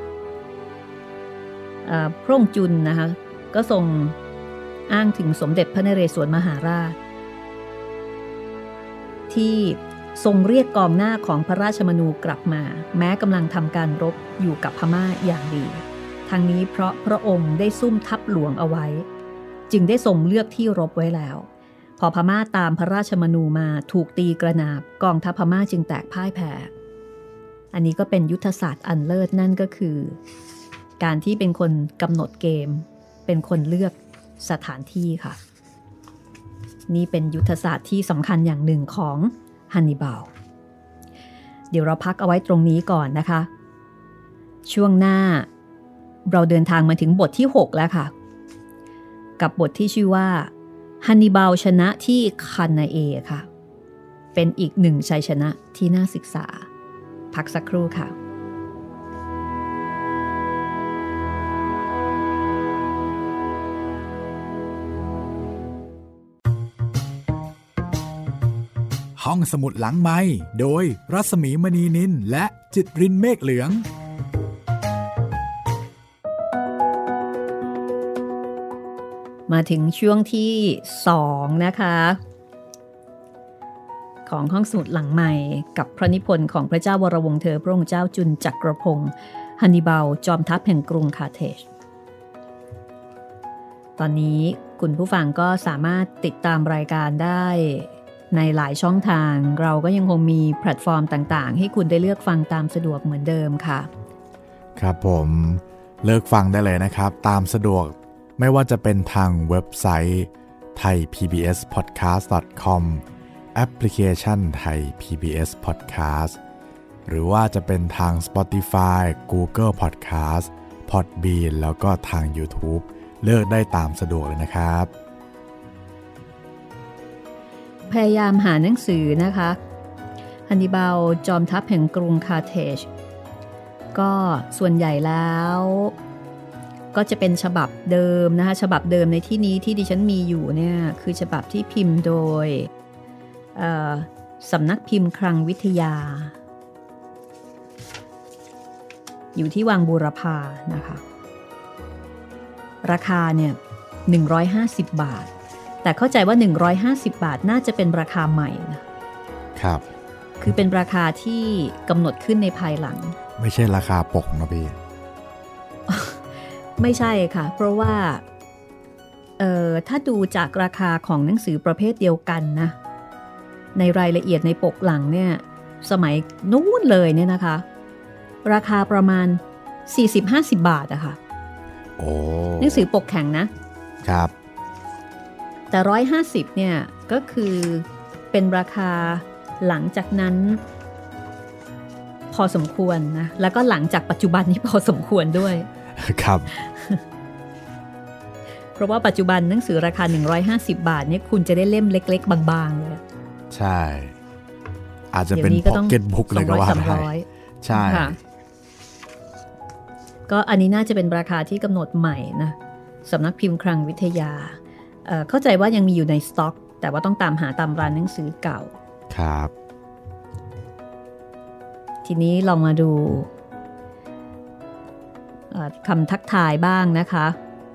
พระองค์จุนนะคะก็ทรงอ้างถึงสมเด็จพระนเรศวรมหาราชที่ทรงเรียกกองหน้าของพระราชมนูกลับมาแม้กำลังทำการรบอยู่กับพม่าอย่างดีทั้งนี้เพราะพระองค์ได้ซุ่มทัพหลวงเอาไว้จึงได้ทรงเลือกที่รบไว้แล้วพอพม่าตามพระราชมนูมาถูกตีกระนาบกองทัพพม่าจึงแตกพ่ายแพ้อันนี้ก็เป็นยุทธศาสตร์อันเลิศนั่นก็คือการที่เป็นคนกำหนดเกมเป็นคนเลือกสถานที่ค่ะนี่เป็นยุทธศาสตร์ที่สำคัญอย่างหนึ่งของฮันนิบาลเดี๋ยวเราพักเอาไว้ตรงนี้ก่อนนะคะช่วงหน้าเราเดินทางมาถึงบทที่หกแล้วค่ะกับบทที่ชื่อว่าฮันนิบาลชนะที่คานาเอค่ะเป็นอีกหนึ่งชัยชนะที่น่าศึกษาพักสักครู่ค่ะห้องสมุดหลังไมค์โดยรัศมีมณีนินและจิตรินเมฆเหลืองมาถึงช่วงที่สองนะคะของห้องสมุดหลังใหม่กับพระนิพนธ์ของพระเจ้าวรวงศ์เธอพระองค์เจ้าจุนจักรพงศ์ฮันนิบาลจอมทัพแห่งกรุงคาร์เทจตอนนี้คุณผู้ฟังก็สามารถติดตามรายการได้ในหลายช่องทางเราก็ยังคงมีแพลตฟอร์มต่างๆให้คุณได้เลือกฟังตามสะดวกเหมือนเดิมค่ะครับผมเลือกฟังได้เลยนะครับตามสะดวกไม่ว่าจะเป็นทางเว็บไซต์ ไทย พี บี เอส พอดแคสต์ ดอท คอม แอปพลิเคชัน Thai พี บี เอส Podcast หรือว่าจะเป็นทาง Spotify Google Podcast Podbean แล้วก็ทาง YouTube เลือกได้ตามสะดวกเลยนะครับพยายามหาหนังสือนะคะฮันนิบาลจอมทัพแห่งกรุงคาร์เทจก็ส่วนใหญ่แล้วก็จะเป็นฉบับเดิมนะคะฉบับเดิมในที่นี้ที่ดิฉันมีอยู่เนี่ยคือฉบับที่พิมพ์โดยสำนักพิมพ์คลังวิทยาอยู่ที่วังบูรพานะคะราคาเนี่ยหนึ่งร้อยห้าสิบบาทแต่เข้าใจว่าหนึ่งร้อยห้าสิบบาทน่าจะเป็นราคาใหม่นะครับคือเป็นราคาที่กำหนดขึ้นในภายหลังไม่ใช่ราคาปกนะพี่ไม่ใช่ค่ะเพราะว่าเอ่อถ้าดูจากราคาของหนังสือประเภทเดียวกันนะในรายละเอียดในปกหลังเนี่ยสมัยนู้นเลยเนี่ยนะคะราคาประมาณ สี่สิบถึงห้าสิบบาทอะค่ะโอ้หนังสือปกแข็งนะครับแต่หนึ่งร้อยห้าสิบเนี่ยก็คือเป็นราคาหลังจากนั้นพอสมควรนะแล้วก็หลังจากปัจจุบันนี้พอสมควรด้วยครับเพราะว่าปัจจุบันหนังสือราคาหนึ่งร้อยห้าสิบบาทเนี่ยคุณจะได้เล่มเล็กๆบางๆเลยใช่อาจจะเป็นพ็อกเก็ตบุ๊กเลยก็ว่าได้ใช่ก็อันนี้น่าจะเป็นราคาที่กำหนดใหม่นะสำนักพิมพ์คลังวิทยา เอ่อ เข้าใจว่ายังมีอยู่ในสต็อกแต่ว่าต้องตามหาตามร้านหนังสือเก่าครับทีนี้ลองมาดูคำทักทายบ้างนะคะ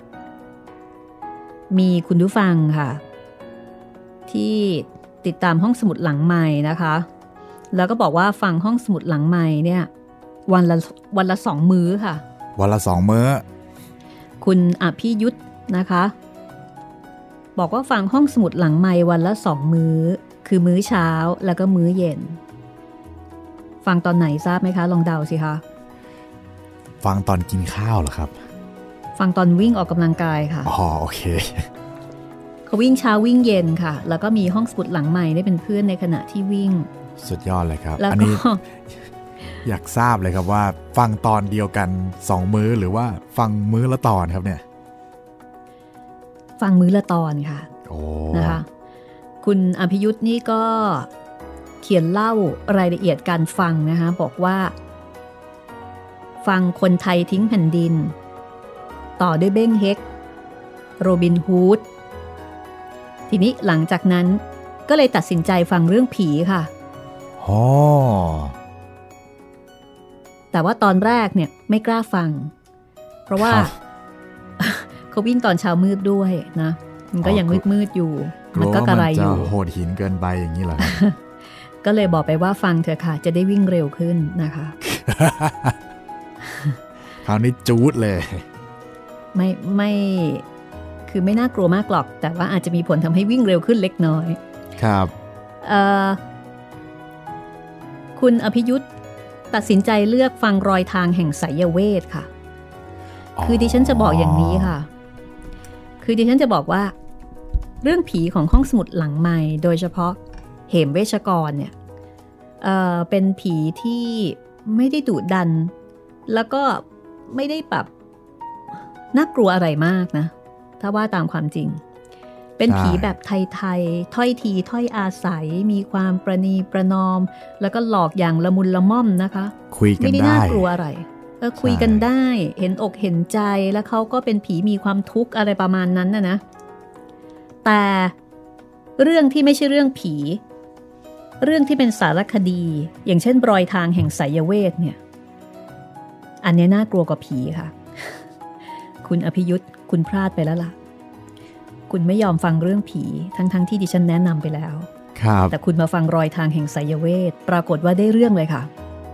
มีคุณผู้ฟังค่ะที่ติดตามห้องสมุดหลังใหม่นะคะแล้วก็บอกว่าฟังห้องสมุดหลังใหม่เนี่ยวันละวันละสองมื้อค่ะวันละสองมื้อคุณอภิยุทธนะคะบอกว่าฟังห้องสมุดหลังใหม่วันละสองมื้อคือมื้อเช้าแล้วก็มื้อเย็นฟังตอนไหนทราบไหมคะลองเดาสิคะฟังตอนกินข้าวเหรอครับฟังตอนวิ่งออกกำลังกายค่ะอ๋อโอเคเขาวิ่งเช้าวิ่งเย็นค่ะแล้วก็มีห้องสมุดหลังใหม่ได้เป็นเพื่อนในขณะที่วิ่งสุดยอดเลยครับอันนี้อยากทราบเลยครับว่าฟังตอนเดียวกันสองมื้อหรือว่าฟังมื้อละตอนครับเนี่ยฟังมื้อละตอนค่ะโอ้นะคะคุณอภิยุทธ์นี่ก็เขียนเล่ารายละเอียดการฟังนะคะบอกว่าฟังคนไทยทิ้งแผ่นดินต่อด้วยเบ้งเฮกโรบินฮูดทีนี้หลังจากนั้นก็เลยตัดสินใจฟังเรื่องผีค่ะอ๋อแต่ว่าตอนแรกเนี่ยไม่กล้าฟังเพราะว่าเขาวิ่งตอนเช้ามืดด้วยนะมันก็ยังมืดมืดอยู่มันก็กระไรอยู่โหดหินเกินไปอย่างนี้เหรอก็เลยบอกไปว่าฟังเถอะค่ะจะได้วิ่งเร็วขึ้นนะคะคราวนี้จูดเลยไม่ไม่คือไม่น่ากลัวมากหรอกแต่ว่าอาจจะมีผลทำให้วิ่งเร็วขึ้นเล็กน้อยครับคุณอภิยุทธ์ตัดสินใจเลือกฟังรอยทางแห่งไสยเวทค่ะคือดิฉันจะบอกอย่างนี้ค่ะคือดิฉันจะบอกว่าเรื่องผีของห้องสมุดหลังใหม่โดยเฉพาะเหมเวชกรเนี่ย เอ่อ เป็นผีที่ไม่ได้ดุดันแล้วก็ไม่ได้แบบน่ากลัวอะไรมากนะถ้าว่าตามความจริงเป็นผีแบบไทยๆถ้อยทีถ้อยอาศัยมีความประนีประนอมแล้วก็หลอกอย่างละมุนละม่อมนะคะคุยกันได้ไม่ได้น่ากลัวอะไรเออคุยกันได้เห็นอกเห็นใจแล้วเขาก็เป็นผีมีความทุกข์อะไรประมาณนั้นนะนะแต่เรื่องที่ไม่ใช่เรื่องผีเรื่องที่เป็นสารคดีอย่างเช่นรอยทางแห่งไสยเวทเนี่ยอันนี้น่ากลัวกว่าผีค่ะคุณอภิยุทธ์คุณพลาดไปแล้วล่ะคุณไม่ยอมฟังเรื่องผีทั้งๆ ท, ที่ดิฉันแนะนำไปแล้วครับแต่คุณมาฟังรอยทางแห่งไสยเวทปรากฏว่าได้เรื่องเลยค่ะ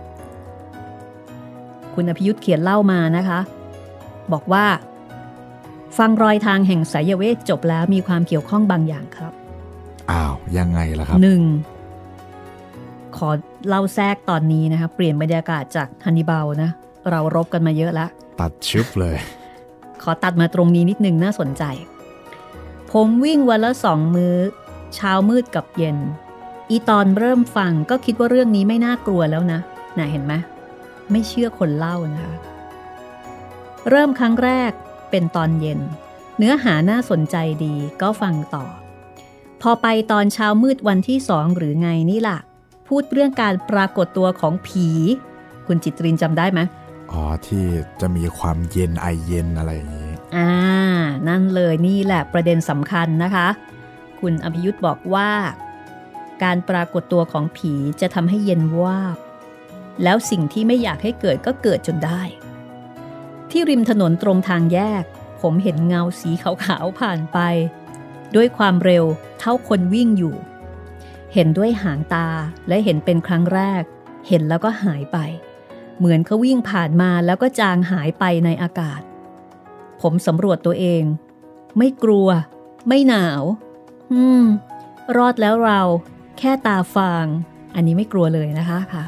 คุณอภิยุทธ์เขียนเล่ามานะคะบอกว่าฟังรอยทางแห่งไสยเวทจบแล้วมีความเกี่ยวข้องบางอย่างครับอ้าวยังไงล่ะครับหนึ่งขอเล่าแทรกตอนนี้นะคะเปลี่ยนบรรยากาศจากฮันนิบาลนะเรารบกันมาเยอะแล้วตัดชุบเลยขอตัดมาตรงนี้นิดนึงน่าสนใจผมวิ่งวันละสองมื้อเช้ามืดกับเย็นอีตอนเริ่มฟังก็คิดว่าเรื่องนี้ไม่น่ากลัวแล้วนะน่ะเห็นไหมไม่เชื่อคนเล่านะคะเริ่มครั้งแรกเป็นตอนเย็นเนื้อหาน่าสนใจดีก็ฟังต่อพอไปตอนเช้ามืดวันที่สองหรือไงนี่ล่ะพูดเรื่องการปรากฏตัวของผีคุณจิตรินจำได้ไหมอ๋อที่จะมีความเย็นไอเย็นอะไรอย่างนี้อ่านั่นเลยนี่แหละประเด็นสำคัญนะคะคุณอภิยุทธ์บอกว่าการปรากฏตัวของผีจะทำให้เย็นวาบแล้วสิ่งที่ไม่อยากให้เกิดก็เกิดจนได้ที่ริมถนนตรงทางแยกผมเห็นเงาสีขาวๆผ่านไปด้วยความเร็วเท่าคนวิ่งอยู่เห็นด้วยหางตาและเห็นเป็นครั้งแรกเห็นแล้วก็หายไปเหมือนเขาวิ่งผ่านมาแล้วก็จางหายไปในอากาศผมสำรวจตัวเองไม่กลัวไม่หนาวอืมรอดแล้วเราแค่ตาฟางอันนี้ไม่กลัวเลยนะคะค่ะ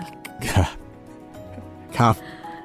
ครับ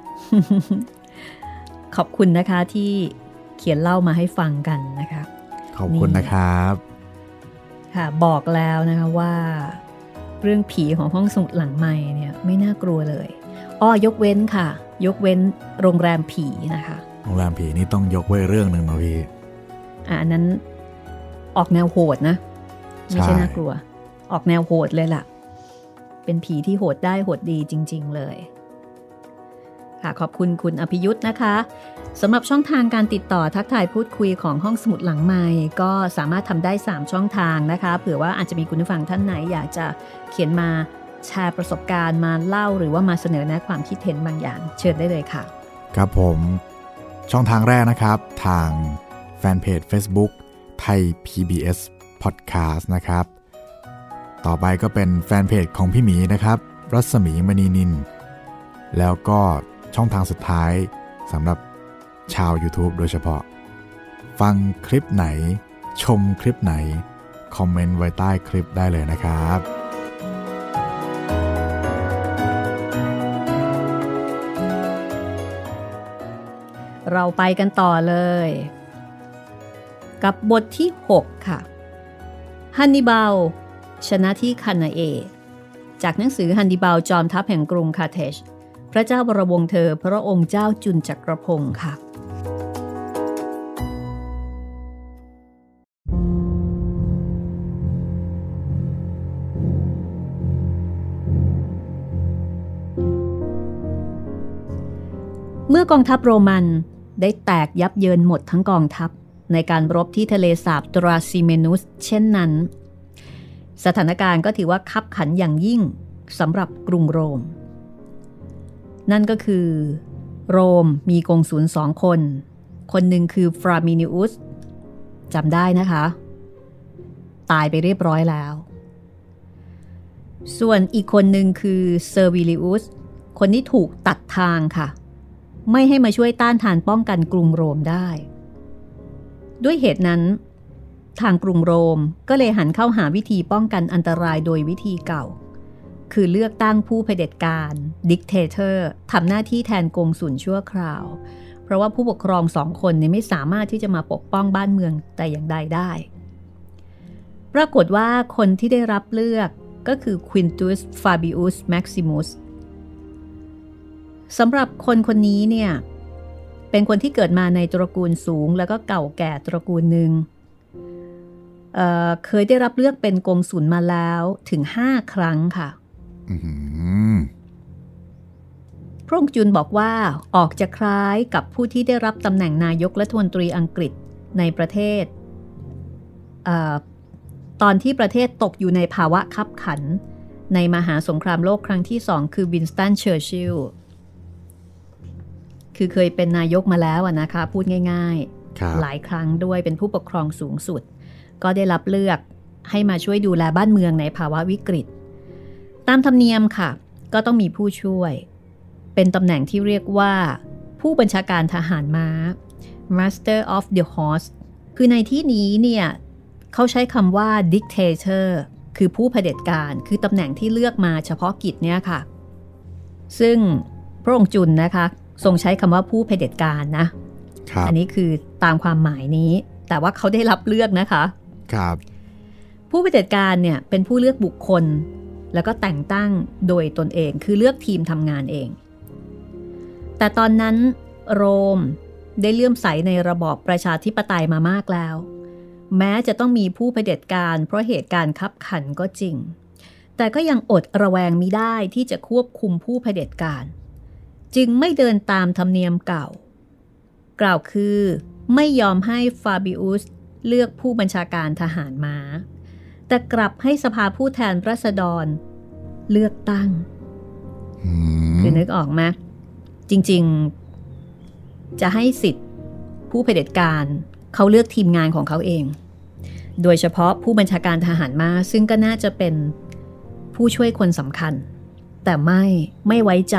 ขอบคุณนะคะที่เขียนเล่ามาให้ฟังกันนะคะขอบคุณนะครับค่ะบอกแล้วนะคะว่าเรื่องผีของห้องสมุดหลังใหม่เนี่ยไม่น่ากลัวเลยอ้อยกเว้นค่ะยกเว้นโรงแรมผีนะคะโรงแรมผีนี่ต้องยกไว้เรื่องนึงนะพี่อ่ะอันนั้นออกแนวโหดนะไม่ใช่น่ากลัวออกแนวโหดเลยล่ะเป็นผีที่โหดได้โหดดีจริงๆเลยค่ะขอบคุณคุณอภิยุทธ์นะคะสำหรับช่องทางการติดต่อทักทายพูดคุยของห้องสมุดหลังไมค์ก็สามารถทำได้สามช่องทางนะคะเผื่อว่าอาจจะมีคุณผู้ฟังท่านไหนอยากจะเขียนมาแชร์ประสบการณ์มาเล่าหรือว่ามาเสนอแนะความคิดเห็นบางอย่างเชิญได้เลยค่ะครับผมช่องทางแรกนะครับทางแฟนเพจ Facebook ไทย พี บี เอส Podcast นะครับต่อไปก็เป็นแฟนเพจของพี่หมีนะครับรัศมีมณีนินแล้วก็ช่องทางสุดท้ายสำหรับชาว YouTube โดยเฉพาะฟังคลิปไหนชมคลิปไหนคอมเมนต์ไว้ใต้คลิปได้เลยนะครับเราไปกันต่อเลยกับบทที่หกค่ะฮันนิบาลชนะที่คานาเอจากหนังสือฮันนิบาลจอมทัพแห่งกรุงคาร์เทจพระเจ้าบรวงเธอพระองค์เจ้าจุนจักรพงศ์ค่ะเมื่อกองทัพโรมันได้แตกยับเยินหมดทั้งกองทัพในการรบที่ทะเลสาบตราซิเมนุสเช่นนั้นสถานการณ์ก็ถือว่าคับขันอย่างยิ่งสำหรับกรุงโรมนั่นก็คือโรมมีกงสุลสองคนคนหนึ่งคือฟรามินิอุสจำได้นะคะตายไปเรียบร้อยแล้วส่วนอีกคนหนึ่งคือเซอร์วิลิอุสคนที่ถูกตัดทางค่ะไม่ให้มาช่วยต้านทานป้องกันกรุงโรมได้ด้วยเหตุนั้นทางกรุงโรมก็เลยหันเข้าหาวิธีป้องกันอันตรายโดยวิธีเก่าคือเลือกตั้งผู้เผด็จการดิกเทเตอร์ทำหน้าที่แทนกงสุลชั่วคราวเพราะว่าผู้ปกครองสองคนนี้ไม่สามารถที่จะมาปกป้องบ้านเมืองแต่อย่างใดได้ปรากฏว่าคนที่ได้รับเลือกก็คือควินตุสฟาบิอุสแม็กซิมุสสำหรับคนคนนี้เนี่ยเป็นคนที่เกิดมาในตระกูลสูงแล้วก็เก่าแก่ตระกูลหนึ่ง เอ่อ เคยได้รับเลือกเป็นกงสุลมาแล้วถึงห้าครั้งค่ะพระองค์จุนบอกว่าออกจะคล้ายกับผู้ที่ได้รับตำแหน่งนายกรัฐมนตรีอังกฤษในประเทศเอ่อตอนที่ประเทศตกอยู่ในภาวะคับขันในมหาสงครามโลกครั้งที่สองคือวินสตันเชอร์ชิลล์คือเคยเป็นนายกมาแล้วนะคะพูดง่ายๆหลายครั้งด้วยเป็นผู้ปกครองสูงสุดก็ได้รับเลือกให้มาช่วยดูแลบ้านเมืองในภาวะวิกฤตตามธรรมเนียมค่ะก็ต้องมีผู้ช่วยเป็นตำแหน่งที่เรียกว่าผู้บัญชาการทหารม้า Master of the Horse คือในที่นี้เนี่ยเขาใช้คำว่า Dictator คือผู้เผด็จการคือตำแหน่งที่เลือกมาเฉพาะกิจเนี่ยค่ะซึ่งพระองค์จุนนะคะทรงใช้คำว่าผู้เผด็จการนะอันนี้คือตามความหมายนี้แต่ว่าเขาได้รับเลือกนะคะครับผู้เผด็จการเนี่ยเป็นผู้เลือกบุคคลแล้วก็แต่งตั้งโดยตนเองคือเลือกทีมทำงานเองแต่ตอนนั้นโรมได้เลื่อมใสในระบอบประชาธิปไตยมามากแล้วแม้จะต้องมีผู้เผด็จการเพราะเหตุการณ์คับขันก็จริงแต่ก็ยังอดระแวงมิได้ที่จะควบคุมผู้เผด็จการจึงไม่เดินตามธรรมเนียมเก่ากล่าวคือไม่ยอมให้ฟาบิอุสเลือกผู้บัญชาการทหารม้าแต่กลับให้สภาผู้แทนราษฎรเลือกตั้งคือนึกออกไหมจริงๆจะให้สิทธิ์ผู้เผด็จการเขาเลือกทีมงานของเขาเองโดยเฉพาะผู้บัญชาการทหารม้าซึ่งก็น่าจะเป็นผู้ช่วยคนสำคัญแต่ไม่ไม่ไว้ใจ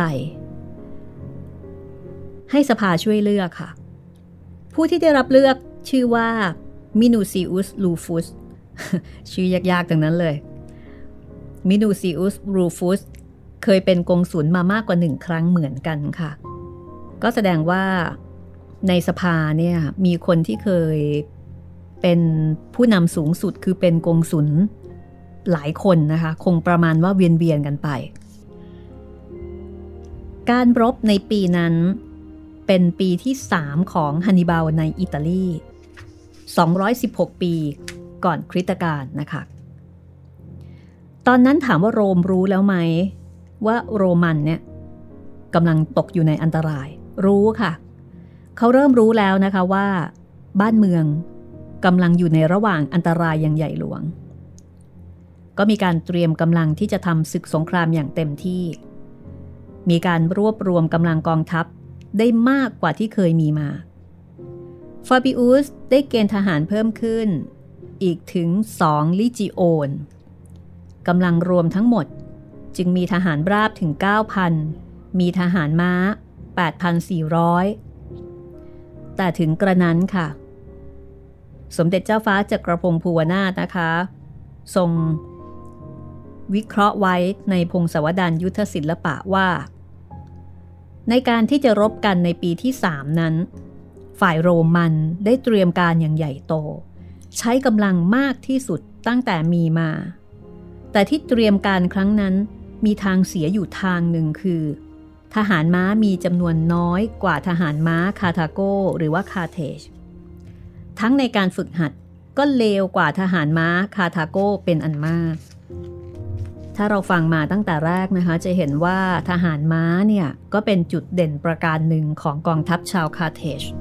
ให้สภาช่วยเลือกค่ะผู้ที่ได้รับเลือกชื่อว่ามินูซิอุสลูฟุสชื่อยากๆทั้งนั้นเลยมินูซิอุสลูฟุสเคยเป็นกงสุลมามากกว่าหนึ่งครั้งเหมือนกันค่ะก็แสดงว่าในสภาเนี่ยมีคนที่เคยเป็นผู้นำสูงสุดคือเป็นกงสุลหลายคนนะคะคงประมาณว่าเวียนๆกันไปการรบในปีนั้นเป็นปีที่สามของฮันนิบาลในอิตาลีสองร้อยสิบหก ปีก่อนคริสตกาลนะคะตอนนั้นถามว่าโรมรู้แล้วไหมว่าโรมันเนี่ยกำลังตกอยู่ในอันตรายรู้ค่ะเขาเริ่มรู้แล้วนะคะว่าบ้านเมืองกำลังอยู่ในระหว่างอันตรายอย่างใหญ่หลวงก็มีการเตรียมกำลังที่จะทำศึกสงครามอย่างเต็มที่มีการรวบรวมกำลังกองทัพได้มากกว่าที่เคยมีมาฟาบิอุสได้เกณฑ์ทหารเพิ่มขึ้นอีกถึงสองลิจิโอนกำลังรวมทั้งหมดจึงมีทหารราบถึง เก้าพัน มีทหารม้า แปดพันสี่ร้อย แต่ถึงกระนั้นค่ะสมเด็จเจ้าฟ้าจักรพงศ์ภูวนาถนะคะทรงวิเคราะห์ไว้ในพงศาวดารยุทธศิลปะว่าในการที่จะรบกันในปีที่สามนั้นฝ่ายโรมันได้เตรียมการอย่างใหญ่โตใช้กำลังมากที่สุดตั้งแต่มีมาแต่ที่เตรียมการครั้งนั้นมีทางเสียอยู่ทางหนึ่งคือทหารม้ามีจำนวนน้อยกว่าทหารม้าคาทาโกหรือว่าคาเทจทั้งในการฝึกหัดก็เลวกว่าทหารม้าคาทาโกเป็นอันมากถ้าเราฟังมาตั้งแต่แรกนะคะจะเห็นว่าทหารม้าเนี่ยก็เป็นจุดเด่นประการหนึ่งของกองทัพชาวคาเทจ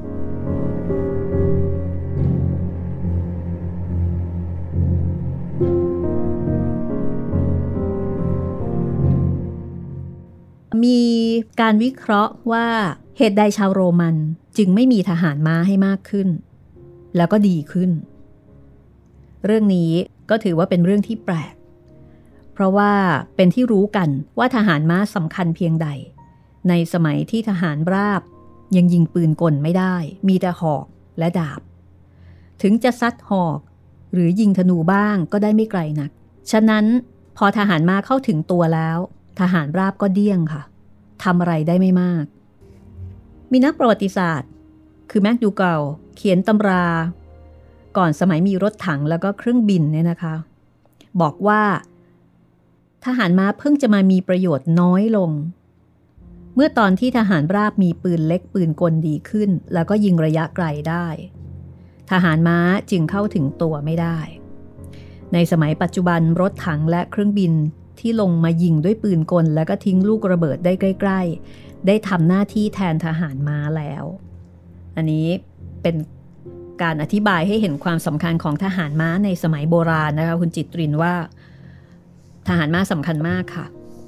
มีการวิเคราะห์ว่าเหตุใดชาวโรมันจึงไม่มีทหารม้าให้มากขึ้นแล้วก็ดีขึ้นเรื่องนี้ก็ถือว่าเป็นเรื่องที่แปลกเพราะว่าเป็นที่รู้กันว่าทหารม้าสำคัญเพียงใดในสมัยที่ทหารราบยังยิงปืนกลไม่ได้มีแต่หอกและดาบถึงจะซัดหอกหรือยิงธนูบ้างก็ได้ไม่ไกลนักฉะนั้นพอทหารม้าเข้าถึงตัวแล้วทหารราบก็เดี้ยงค่ะทำอะไรได้ไม่มากมีนักประวัติศาสตร์คือแม็กดูเกลเขียนตำราก่อนสมัยมีรถถังแล้วก็เครื่องบินเนี่ยนะคะบอกว่าทหารม้าเพิ่งจะมามีประโยชน์น้อยลงเมื่อตอนที่ทหารราบมีปืนเล็กปืนกลดีขึ้นแล้วก็ยิงระยะไกลได้ทหารม้าจึงเข้าถึงตัวไม่ได้ในสมัยปัจจุบันรถถังและเครื่องบินที่ลงมายิงด้วยปืนกลแล้วก็ทิ้งลูกระเบิดได้ใกล้ๆได้ทำหน้าที่แทนทหารม้าแล้วอันนี้เป็นการอธิบายให้เห็นความสำคัญของทหารม้าในสมัยโบราณนะคะคุณจิตรินว่าทหารม้าสำคัญมากค่ะ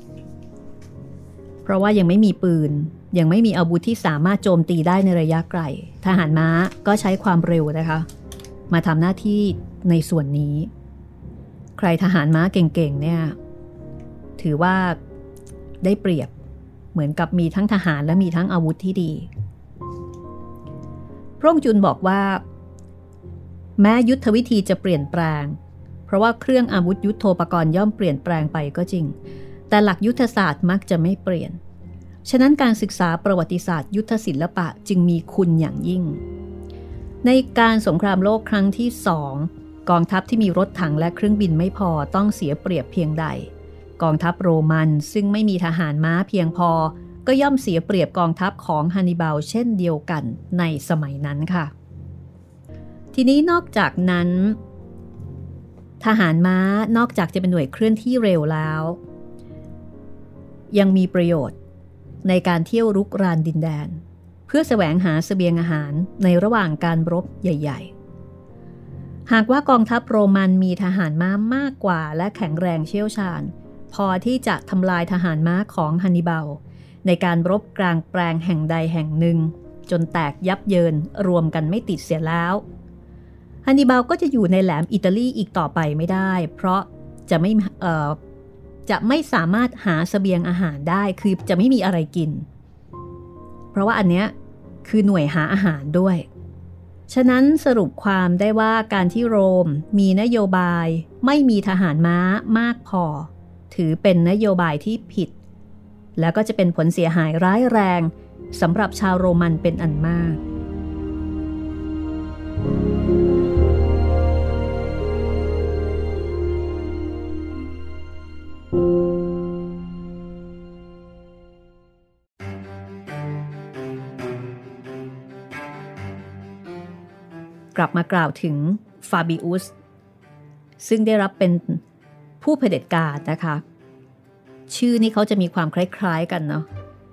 เพราะว่ายังไม่มีปืนยังไม่มีอาวุธที่สามารถโจมตีได้ในระยะไกลทหารม้าก็ใช้ความเร็วนะคะมาทำหน้าที่ในส่วนนี้ใครทหารม้าเก่งๆเนี่ยถือว่าได้เปรียบเหมือนกับมีทั้งทหารและมีทั้งอาวุธที่ดีพระองค์จุนบอกว่าแม้ยุทธวิธีจะเปลี่ยนแปลงเพราะว่าเครื่องอาวุธยุทโธปกรณ์ย่อมเปลี่ยนแปลงไปก็จริงแต่หลักยุทธศาสตร์มักจะไม่เปลี่ยนฉะนั้นการศึกษาประวัติศาสตร์ยุทธศิลปะจึงมีคุณอย่างยิ่งในการสงครามโลกครั้งที่สองกองทัพที่มีรถถังและเครื่องบินไม่พอต้องเสียเปรียบเพียงใดกองทัพโรมันซึ่งไม่มีทหารม้าเพียงพอก็ย่อมเสียเปรียบกองทัพของฮันนิบาลเช่นเดียวกันในสมัยนั้นค่ะทีนี้นอกจากนั้นทหารม้านอกจากจะเป็นหน่วยเคลื่อนที่เร็วแล้วยังมีประโยชน์ในการเที่ยวรุกรานดินแดนเพื่อแสวงหาเสบียงอาหารในระหว่างการรบใหญ่ๆหากว่ากองทัพโรมันมีทหารม้ามากกว่าและแข็งแรงเชี่ยวชาญพอที่จะทำลายทหารม้าของฮันนิบาลในการรบกลางแปลงแห่งใดแห่งหนึ่งจนแตกยับเยินรวมกันไม่ติดเสียแล้วฮันนิบาลก็จะอยู่ในแหลมอิตาลีอีกต่อไปไม่ได้เพราะจะไม่เอ่อจะไม่สามารถหาเสบียงอาหารได้คือจะไม่มีอะไรกินเพราะว่าอันเนี้ยคือหน่วยหาอาหารด้วยฉะนั้นสรุปความได้ว่าการที่โรมมีนโยบายไม่มีทหารม้ามากพอถือเป็นนโยบายที่ผิดแล้วก็จะเป็นผลเสียหายร้ายแรงสำหรับชาวโรมันเป็นอันมากกลับมากล่าวถึงฟาบิอุสซึ่งได้รับเป็นผู้เผด็จการนะคะชื่อนี้เขาจะมีความคล้ายๆกันเนาะ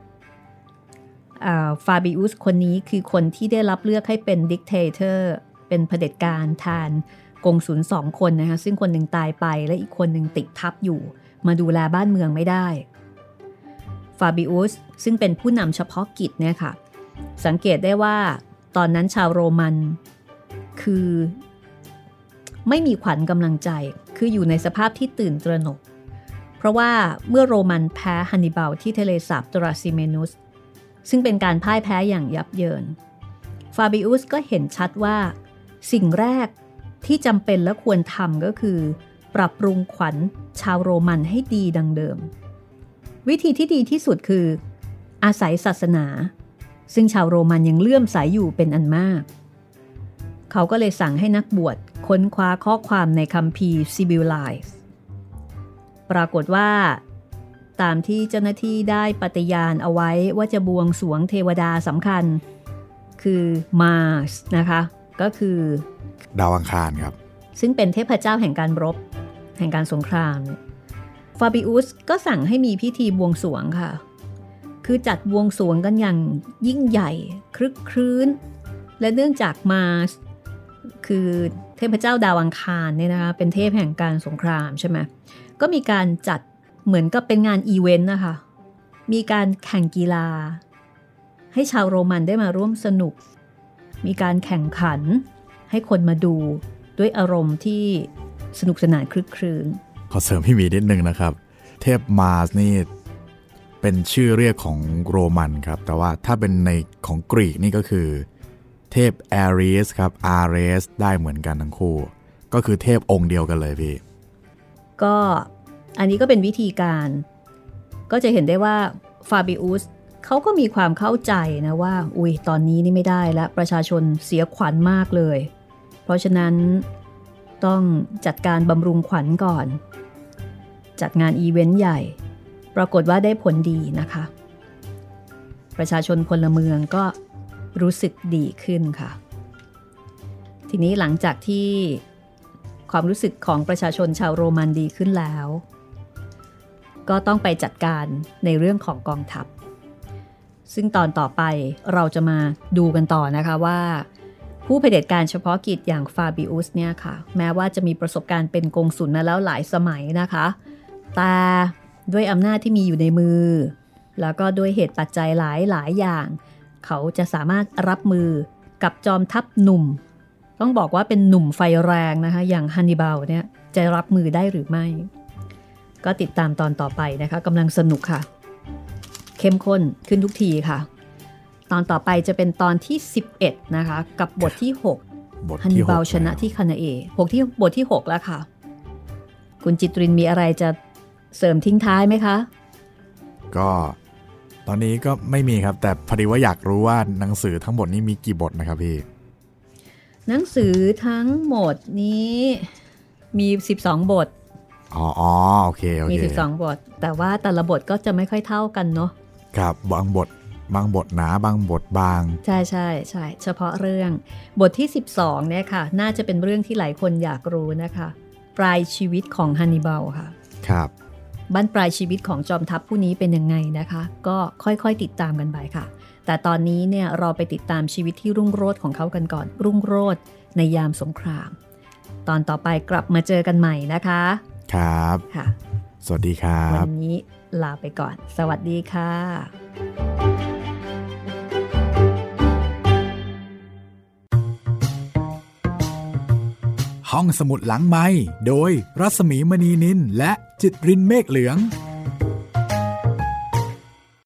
ฟาบิอุสคนนี้คือคนที่ได้รับเลือกให้เป็นดิกเตเตอร์เป็นเผด็จการแทนกงสุลสองคนนะคะซึ่งคนหนึ่งตายไปและอีกคนหนึ่งติดทับอยู่มาดูแลบ้านเมืองไม่ได้ฟาบิอุสซึ่งเป็นผู้นำเฉพาะกิจเนี่ยค่ะสังเกตได้ว่าตอนนั้นชาวโรมันคือไม่มีขวัญกำลังใจคืออยู่ในสภาพที่ตื่นตระหนกเพราะว่าเมื่อโรมันแพ้ฮันนิบาลที่ทะเลสาบตราซิเมนุสซึ่งเป็นการพ่ายแพ้อย่างยับเยินฟาบิอุสก็เห็นชัดว่าสิ่งแรกที่จำเป็นและควรทำก็คือปรับปรุงขวัญชาวโรมันให้ดีดังเดิมวิธีที่ดีที่สุดคืออาศัยศาสนาซึ่งชาวโรมันยังเลื่อมใสอยู่เป็นอันมากเขาก็เลยสั่งให้นักบวชค้นคว้าข้อความในคัมภีร์ซิบิลไลส์ปรากฏว่าตามที่เจ้าหน้าที่ได้ปฏิญาณเอาไว้ว่าจะบวงสรวงเทวดาสำคัญคือมาร์สนะคะก็คือดาวอังคารครับซึ่งเป็นเทพเจ้าแห่งการรบแห่งการสงครามฟาบิอุสก็สั่งให้มีพิธีบวงสรวงค่ะคือจัดบวงสรวงกันอย่างยิ่งใหญ่ครึกครื้นและเนื่องจากมาร์สคือเทพเจ้าดาวอังคารเนี่ยนะคะเป็นเทพแห่งการสงครามใช่ไหมก็มีการจัดเหมือนกับเป็นงานอีเวนต์นะคะมีการแข่งกีฬาให้ชาวโรมันได้มาร่วมสนุกมีการแข่งขันให้คนมาดูด้วยอารมณ์ที่สนุกสนานคลึกครื้นขอเสริมพี่มีนิดนึงนะครับเทพมาร์สนี่เป็นชื่อเรียกของโรมันครับแต่ว่าถ้าเป็นในของกรีกนี่ก็คือเทพแอรีสครับอาเรสได้เหมือนกันทั้งคู่ก็คือเทพองค์เดียวกันเลยพี่ก็อันนี้ก็เป็นวิธีการก็จะเห็นได้ว่าฟาบิอุสเขาก็มีความเข้าใจนะว่าอุ้ยตอนนี้นี่ไม่ได้แล้วประชาชนเสียขวัญมากเลยเพราะฉะนั้นต้องจัดการบำรุงขวัญก่อนจัดงานอีเวนต์ใหญ่ปรากฏว่าได้ผลดีนะคะประชาชนพลเมืองก็รู้สึกดีขึ้นค่ะทีนี้หลังจากที่ความรู้สึกของประชาชนชาวโรมันดีขึ้นแล้วก็ต้องไปจัดการในเรื่องของกองทัพซึ่งตอนต่อไปเราจะมาดูกันต่อนะคะว่าผู้เผด็จการเฉพาะกิจอย่างฟาบิอุสเนี่ยค่ะแม้ว่าจะมีประสบการณ์เป็นกงสุลมาแล้วหลายสมัยนะคะแต่ด้วยอำนาจที่มีอยู่ในมือแล้วก็ด้วยเหตุปัจจัยหลายหลายอย่างเขาจะสามารถรับมือกับจอมทัพหนุ่มต้องบอกว่าเป็นหนุ่มไฟแรงนะคะอย่างฮันนิบาลเนี่ยจะรับมือได้หรือไม่ก็ติดตามตอนต่อไปนะคะกำลังสนุกค่ะเข้มข้นขึ้นทุกทีค่ะตอนต่อไปจะเป็นตอนที่สิบเอ็ดนะคะกับบทที่หกฮันนิบาลชนะที่คานาเอหกที่บทที่หกแล้วค่ะคุณจิตรินมีอะไรจะเสริมทิ้งท้ายไหมคะก็ตอนนี้ก็ไม่มีครับแต่พอดีว่าอยากรู้ว่าหนังสือทั้งหมดนี้มีกี่บทนะครับพี่หนังสือทั้งหมดนี้มีสิบสองบทอ๋ออ๋อโอเคโอเคมีสิบสองบทแต่ว่าแต่ละบทก็จะไม่ค่อยเท่ากันเนาะครับบางบทบางบทหนาบางบทบางใช่ใช่ใช่เฉพาะเรื่องบทที่สิบสองเนี่ยค่ะน่าจะเป็นเรื่องที่หลายคนอยากรู้นะคะปลายชีวิตของฮันนิบาลค่ะครับบั้นปลายชีวิตของจอมทัพผู้นี้เป็นยังไงนะคะก็ค่อยๆติดตามกันไปค่ะแต่ตอนนี้เนี่ยเราไปติดตามชีวิตที่รุ่งโรจน์ของเขากันก่อนรุ่งโรจน์ในยามสงครามตอนต่อไปกลับมาเจอกันใหม่นะคะครับค่ะสวัสดีครับวันนี้ลาไปก่อนสวัสดีค่ะห้องสมุดหลังไมค์โดยรัศมีมณีนินและจิตรินเมฆเหลือง